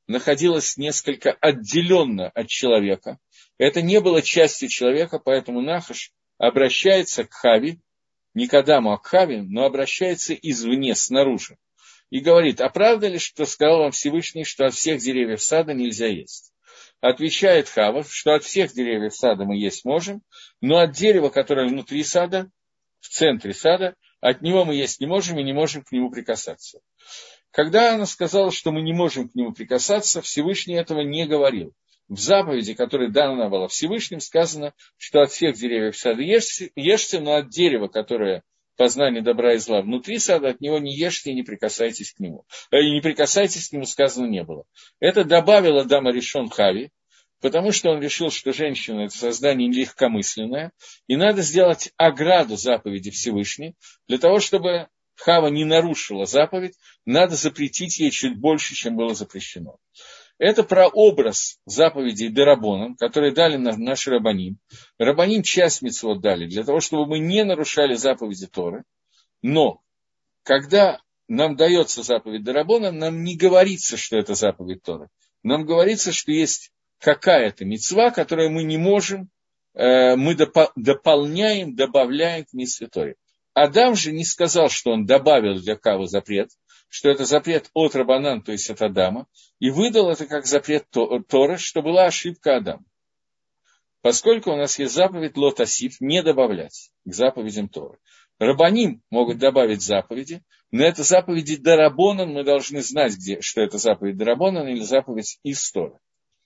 находилось несколько отделенно от человека. Это не было частью человека, поэтому Нахаш обращается к Хаве, не к Адаму, а к Хаве, но обращается извне, снаружи. И говорит, а правда ли, что сказал вам Всевышний, что от всех деревьев сада нельзя есть? Отвечает Хава, что от всех деревьев сада мы есть можем, но от дерева, которое внутри сада, в центре сада, от него мы есть не можем и не можем к нему прикасаться. Когда она сказала, что мы не можем к нему прикасаться, Всевышний этого не говорил. В заповеди, которая дана была Всевышним, сказано, что от всех деревьев сада ешьте, но от дерева, которое познание добра и зла внутри сада, от него не ешьте и не прикасайтесь к нему. И не прикасайтесь к нему сказано не было. Это добавил Адам Аришон Хави, потому что он решил, что женщина – это создание легкомысленное, и надо сделать ограду заповеди Всевышней, для того, чтобы Хава не нарушила заповедь, надо запретить ей чуть больше, чем было запрещено. Это прообраз заповедей Дерабонан, которые дали наши рабаним. Рабаним часть мицвот дали, для того, чтобы мы не нарушали заповеди Торы. Но, когда нам дается заповедь Дерабонан, нам не говорится, что это заповедь Торы. Нам говорится, что есть какая-то мицва, которую мы не можем, мы дополняем, добавляем к мицве Торе. Адам же не сказал, что он добавил для Хавы запрет, что это запрет от Рабанан, то есть от Адама, и выдал это как запрет Торы, что была ошибка Адама. Поскольку у нас есть заповедь Лот Асиф, не добавлять к заповедям Торы. Рабаним могут добавить заповеди, но это заповеди Дарабонан, мы должны знать, что это заповедь Дарабонан или заповедь из Торы.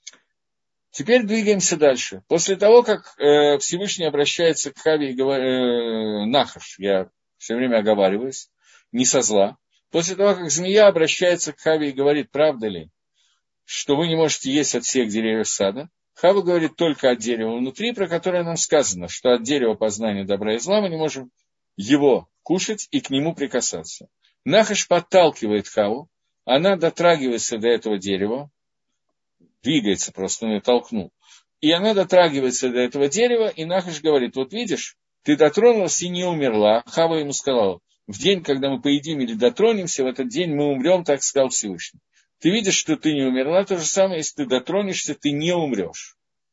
Теперь двигаемся дальше. После того, как Всевышний обращается к Хаве и говорит, Нахаш, я все время оговариваюсь, не со зла. После того, как змея обращается к Хаве и говорит, правда ли, что вы не можете есть от всех деревьев сада, Хава говорит только от дерева внутри, про которое нам сказано, что от дерева познания добра и зла мы не можем его кушать и к нему прикасаться. Нахаш подталкивает Хаву, она дотрагивается до этого дерева, двигается просто, он ее толкнул. И она дотрагивается до этого дерева, и Нахаш говорит, вот видишь, ты дотронулась и не умерла. Хава ему сказала, в день, когда мы поедим или дотронемся, в этот день мы умрем, так сказал Всевышний. Ты видишь, что ты не умерла, то же самое, если ты дотронешься, ты не умрешь.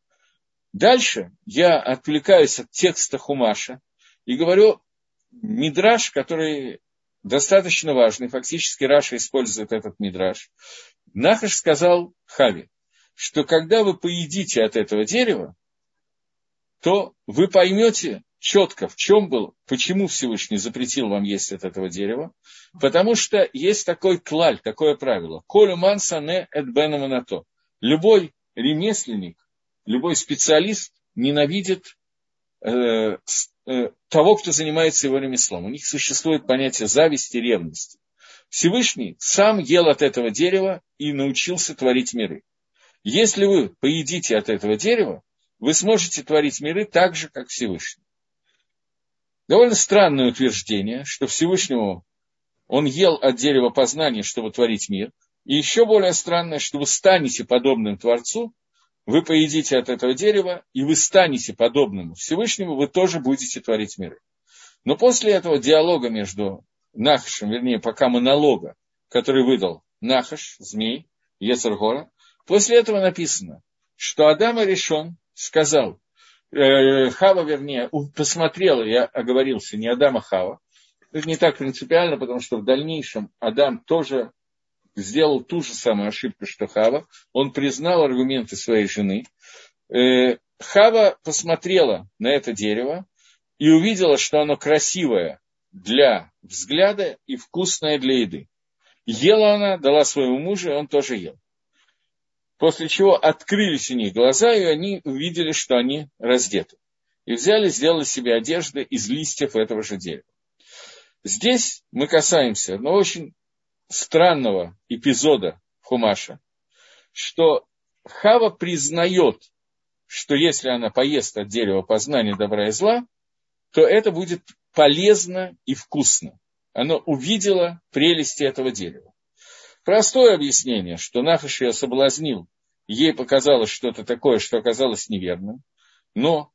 Дальше я отвлекаюсь от текста Хумаша и говорю мидраш, который достаточно важный, фактически Раша использует этот мидраш. Нахаш сказал Хаве, что когда вы поедите от этого дерева, то вы поймете четко, в чем был, почему Всевышний запретил вам есть от этого дерева, потому что есть такой клаль, такое правило. Колю мансане эт бенаманато. Любой ремесленник, любой специалист ненавидит того, кто занимается его ремеслом. У них существует понятие зависти, ревности. Всевышний сам ел от этого дерева и научился творить миры. Если вы поедите от этого дерева, вы сможете творить миры так же, как Всевышний. Довольно странное утверждение, что Всевышнему он ел от дерева познания, чтобы творить мир. И еще более странное, что вы станете подобным Творцу, вы поедите от этого дерева, и вы станете подобным Всевышнему, вы тоже будете творить миры. Но после этого диалога между Нахашем, вернее, пока монолога, который выдал Нахаш, змей, Йецер Гора, после этого написано, что Адам Аришон сказал, Хава, вернее, посмотрел, я оговорился, не Адам, а Хава. Это не так принципиально, потому что в дальнейшем Адам тоже сделал ту же самую ошибку, что Хава. Он признал аргументы своей жены. Хава посмотрела на это дерево и увидела, что оно красивое для взгляда и вкусное для еды. Ела она, дала своему мужу, и он тоже ел. После чего открылись у них глаза, и они увидели, что они раздеты. И взяли, сделали себе одежды из листьев этого же дерева. Здесь мы касаемся одного очень странного эпизода Хумаша, что Хава признает, что если она поест от дерева познания добра и зла, то это будет полезно и вкусно. Она увидела прелести этого дерева. Простое объяснение, что Нахаш ее соблазнил, ей показалось что-то такое, что оказалось неверным, но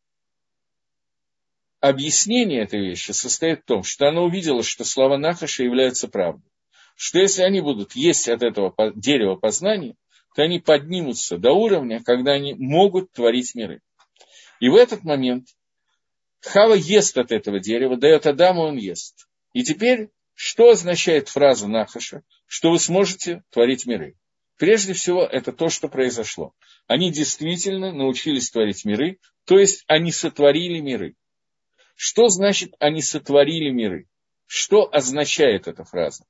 объяснение этой вещи состоит в том, что она увидела, что слова Нахаша являются правдой, что если они будут есть от этого дерева познания, то они поднимутся до уровня, когда они могут творить миры. И в этот момент Хава ест от этого дерева, дает Адаму, он ест. И теперь, что означает фраза Нахаша, что вы сможете творить миры? Прежде всего, это то, что произошло. Они действительно научились творить миры, то есть они сотворили миры. Что значит они сотворили миры? Что означает эта фраза?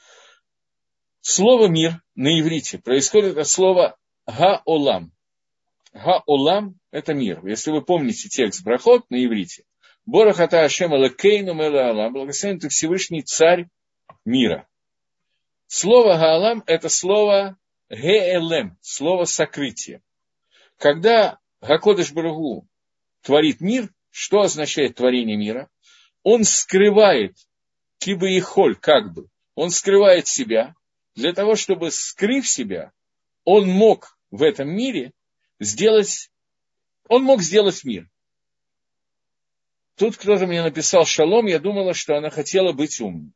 Слово «мир» на иврите происходит от слова «га-олам». «Га-олам» – это мир. Если вы помните текст брахот на иврите, «Борах ата Ашем элокейну меле алам», благословен ты Всевышний Царь мира. Слово «га-олам» – это слово «ге-элем», слово «сокрытие». Когда Гакодеш Барух Гу творит мир, что означает творение мира? Он скрывает кибы и холь, как бы. Он скрывает себя. Для того, чтобы, скрыв себя, он мог в этом мире сделать мир. Тут кто-то мне написал «шалом», я думала, что она хотела быть умной.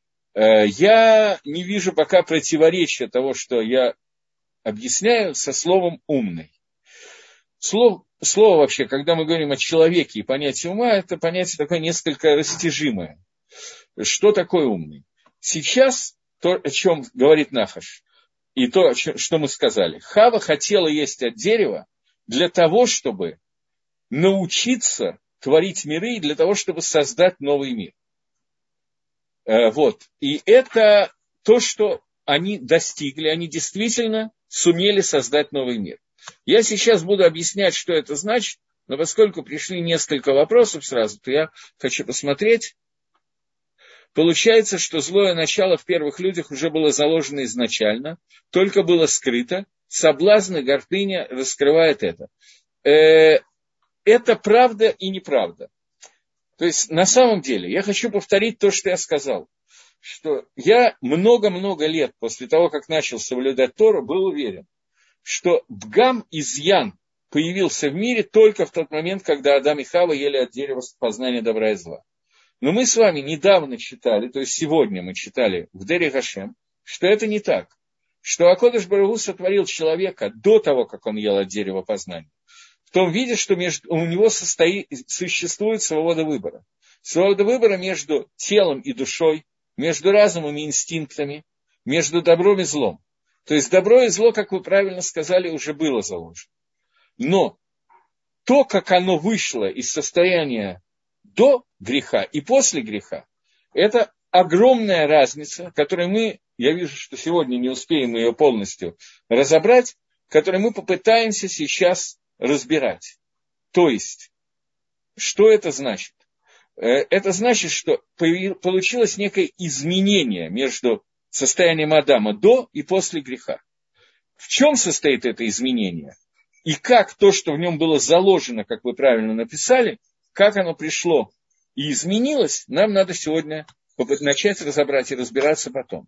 Я не вижу пока противоречия того, что я объясняю, со словом «умный». Слово вообще, когда мы говорим о человеке и понятие ума, это понятие такое несколько растяжимое. Что такое умный? Сейчас то, о чем говорит Нахаш, и то, что мы сказали. Хава хотела есть от дерева для того, чтобы научиться творить миры и для того, чтобы создать новый мир. Вот. И это то, что они достигли. Они действительно сумели создать новый мир. Я сейчас буду объяснять, что это значит, но поскольку пришли несколько вопросов сразу, то я хочу посмотреть. Получается, что злое начало в первых людях уже было заложено изначально, только было скрыто. Соблазн и гордыня раскрывает это. Это правда и неправда. То есть, на самом деле, я хочу повторить то, что я сказал, что я много-много лет после того, как начал соблюдать Тору, был уверен, что бгам, изъян появился в мире только в тот момент, когда Адам и Хава ели от дерева познания добра и зла. Но мы с вами недавно читали, то есть сегодня мы читали в Дере Гашем, что это не так. Что Акодеш Барух Гу сотворил человека до того, как он ел от дерева познания. В том виде, что у него существует свобода выбора. Свобода выбора между телом и душой, между разумом и инстинктами, между добром и злом. То есть добро и зло, как вы правильно сказали, уже было заложено. Но то, как оно вышло из состояния до греха и после греха, это огромная разница, которую я вижу, что сегодня не успеем ее полностью разобрать, которую мы попытаемся сейчас разбирать. То есть, что это значит? Это значит, что получилось некое изменение между состоянием Адама до и после греха. В чем состоит это изменение? И как то, что в нем было заложено, как вы правильно написали, как оно пришло и изменилось, нам надо сегодня начать разобрать и разбираться потом.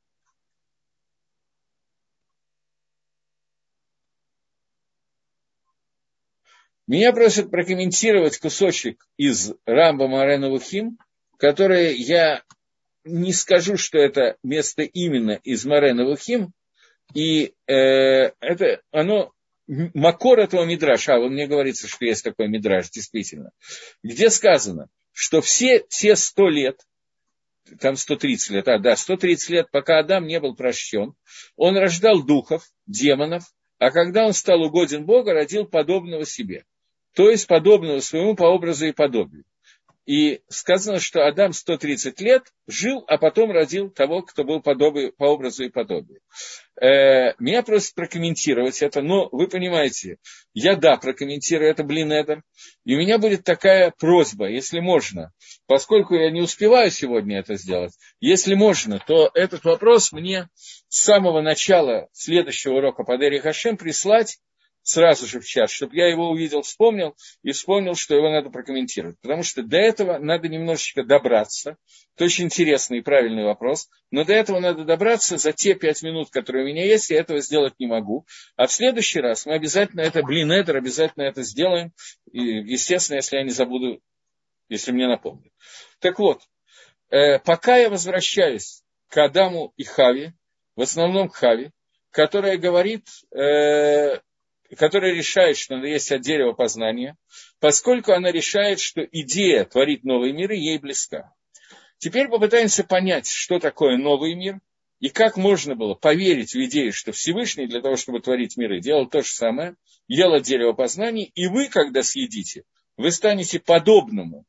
Меня просят прокомментировать кусочек из Рамбама Морэ Невухим, который я не скажу, что это место именно из Морэ Невухим, и это оно макор этого мидраша, вот мне говорится, что есть такой мидраш, действительно, где сказано, что все те 100 лет, там 130 лет, 130 лет, пока Адам не был прощен, он рождал духов, демонов, а когда он стал угоден Богу, родил подобного себе, то есть подобного своему по образу и подобию. И сказано, что Адам 130 лет жил, а потом родил того, кто был по образу и подобию. Меня просят прокомментировать это, но вы понимаете, я прокомментирую это блин-эдер, и у меня будет такая просьба, если можно, поскольку я не успеваю сегодня это сделать, если можно, то этот вопрос мне с самого начала следующего урока по Дере Хашем прислать сразу же в чат, чтобы я его увидел, вспомнил, и вспомнил, что его надо прокомментировать. Потому что до этого надо немножечко добраться. Это очень интересный и правильный вопрос. Но до этого надо добраться за те 5 минут, которые у меня есть, я этого сделать не могу. А в следующий раз мы обязательно обязательно это сделаем. И, естественно, если я не забуду, если мне напомнят. Так вот, пока я возвращаюсь к Адаму и Хаве, в основном к Хаве, которая говорит, которая решает, что есть от дерева познания, поскольку она решает, что идея творить новые миры ей близка. Теперь попытаемся понять, что такое новый мир, и как можно было поверить в идею, что Всевышний для того, чтобы творить миры, делал то же самое, ел от дерева познания, и вы, когда съедите, вы станете подобные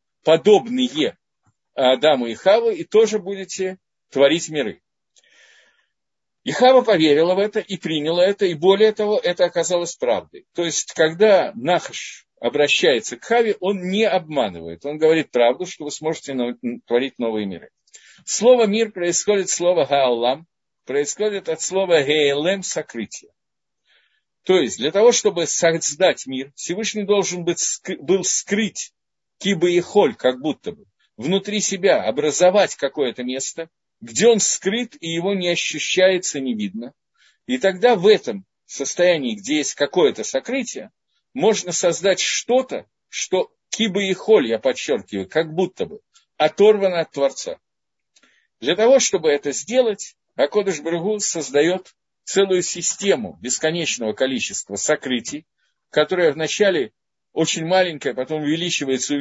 Адаму и Хаве, и тоже будете творить миры. И Хава поверила в это и приняла это, и более того, это оказалось правдой. То есть, когда Нахаш обращается к Хаве, он не обманывает. Он говорит правду, что вы сможете творить новые миры. Слово «мир» происходит, слово «гаалам», происходит от слова «гейлем» – «сокрытие». То есть, для того, чтобы создать мир, Всевышний должен был скрыть киба и холь, как будто бы, внутри себя, образовать какое-то место, где он скрыт, и его не ощущается, не видно. И тогда в этом состоянии, где есть какое-то сокрытие, можно создать что-то, что киба и холь, я подчеркиваю, как будто бы оторвано от Творца. Для того, чтобы это сделать, Акодыш Барух Ху создает целую систему бесконечного количества сокрытий, которая вначале очень маленькая, потом увеличивается,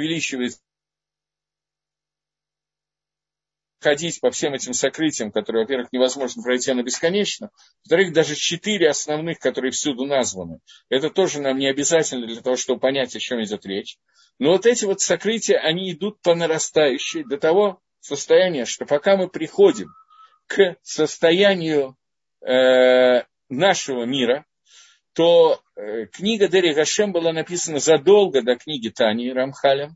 ходить по всем этим сокрытиям, которые, во-первых, невозможно пройти на бесконечно, во-вторых, даже 4 основных, которые всюду названы, это тоже нам не обязательно для того, чтобы понять, о чем идет речь. Но вот эти вот сокрытия, они идут по нарастающей до того состояния, что пока мы приходим к состоянию нашего мира, то книга Дерech Гашем была написана задолго до книги Тани Рамхалем,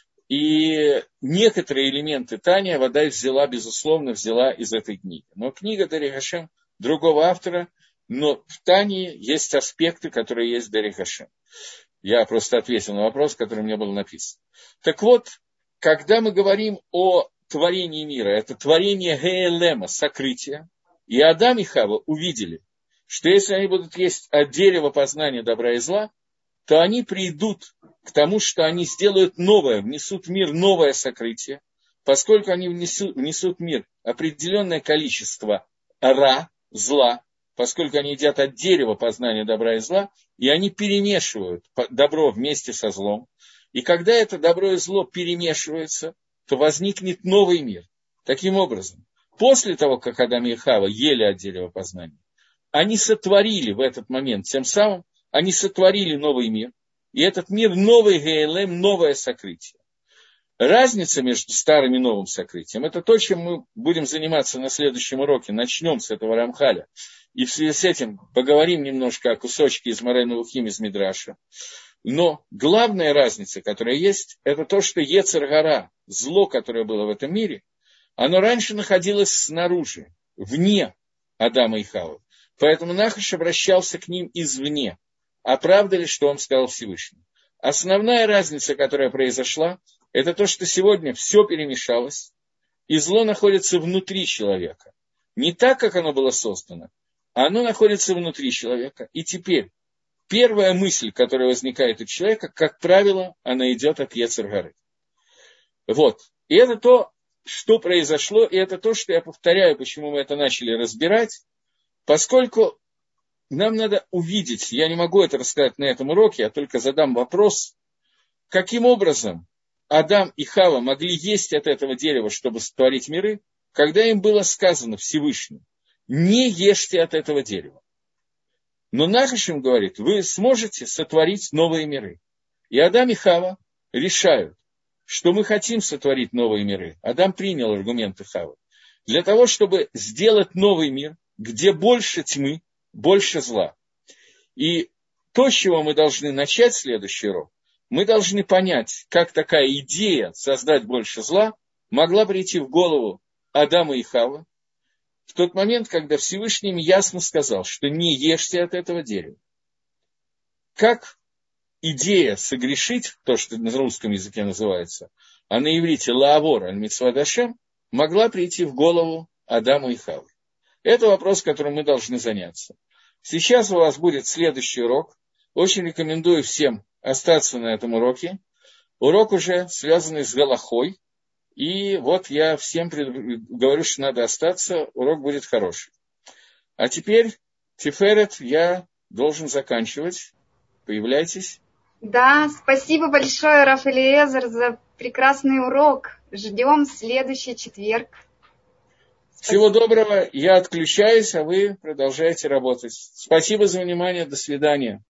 и некоторые элементы Тания Вадай безусловно, взяла из этой книги. Но книга Дерech Гашем другого автора, но в Тании есть аспекты, которые есть в Дерech Гашем. Я просто ответил на вопрос, который мне был написан. Так вот, когда мы говорим о творении мира, это творение Геэлема, сокрытие, и Адам и Хава увидели, что если они будут есть от дерева познания добра и зла, то они придут к тому, что они сделают новое, внесут в мир новое сокрытие, поскольку они внесут в мир определенное количество зла, поскольку они едят от дерева познания добра и зла, и они перемешивают добро вместе со злом. И когда это добро и зло перемешиваются, то возникнет новый мир. Таким образом, после того, как Адам и Хава ели от дерева познания, они сотворили в этот момент, тем самым, они сотворили новый мир. И этот мир новый Гейлем, новое сокрытие. Разница между старым и новым сокрытием – это то, чем мы будем заниматься на следующем уроке. Начнем с этого Рамхаля. И в связи с этим поговорим немножко о кусочке из Морeh Невухим из Мидраша. Но главная разница, которая есть, это то, что Йецер Гара, зло, которое было в этом мире, оно раньше находилось снаружи, вне Адама и Хавы. Поэтому Нахаш обращался к ним извне. А правда ли, что он сказал Всевышний? Основная разница, которая произошла, это то, что сегодня все перемешалось, и зло находится внутри человека. Не так, как оно было создано, а оно находится внутри человека. И теперь первая мысль, которая возникает у человека, как правило, она идет от Йецер Гары. Вот. И это то, что произошло, и это то, что я повторяю, почему мы это начали разбирать, поскольку нам надо увидеть, я не могу это рассказать на этом уроке, я только задам вопрос, каким образом Адам и Хава могли есть от этого дерева, чтобы створить миры, когда им было сказано Всевышним, не ешьте от этого дерева. Но Нахаш им говорит, вы сможете сотворить новые миры. И Адам и Хава решают, что мы хотим сотворить новые миры. Адам принял аргументы Хавы. Для того, чтобы сделать новый мир, где больше тьмы, больше зла. И то, с чего мы должны начать следующий урок, мы должны понять, как такая идея создать больше зла могла прийти в голову Адама и Хавы в тот момент, когда Всевышний им ясно сказал, что не ешьте от этого дерева. Как идея согрешить, то, что на русском языке называется, а на иврите лаавор аль-мицват Ашем, могла прийти в голову Адаму и Хаве. Это вопрос, которым мы должны заняться. Сейчас у вас будет следующий урок. Очень рекомендую всем остаться на этом уроке. Урок уже связанный с Галахой. И вот я всем говорю, что надо остаться. Урок будет хороший. А теперь Тиферет, я должен заканчивать. Появляйтесь. Да, спасибо большое, Рав Элиэзер, за прекрасный урок. Ждем следующий четверг. Всего доброго. Я отключаюсь, а вы продолжаете работать. Спасибо за внимание. До свидания.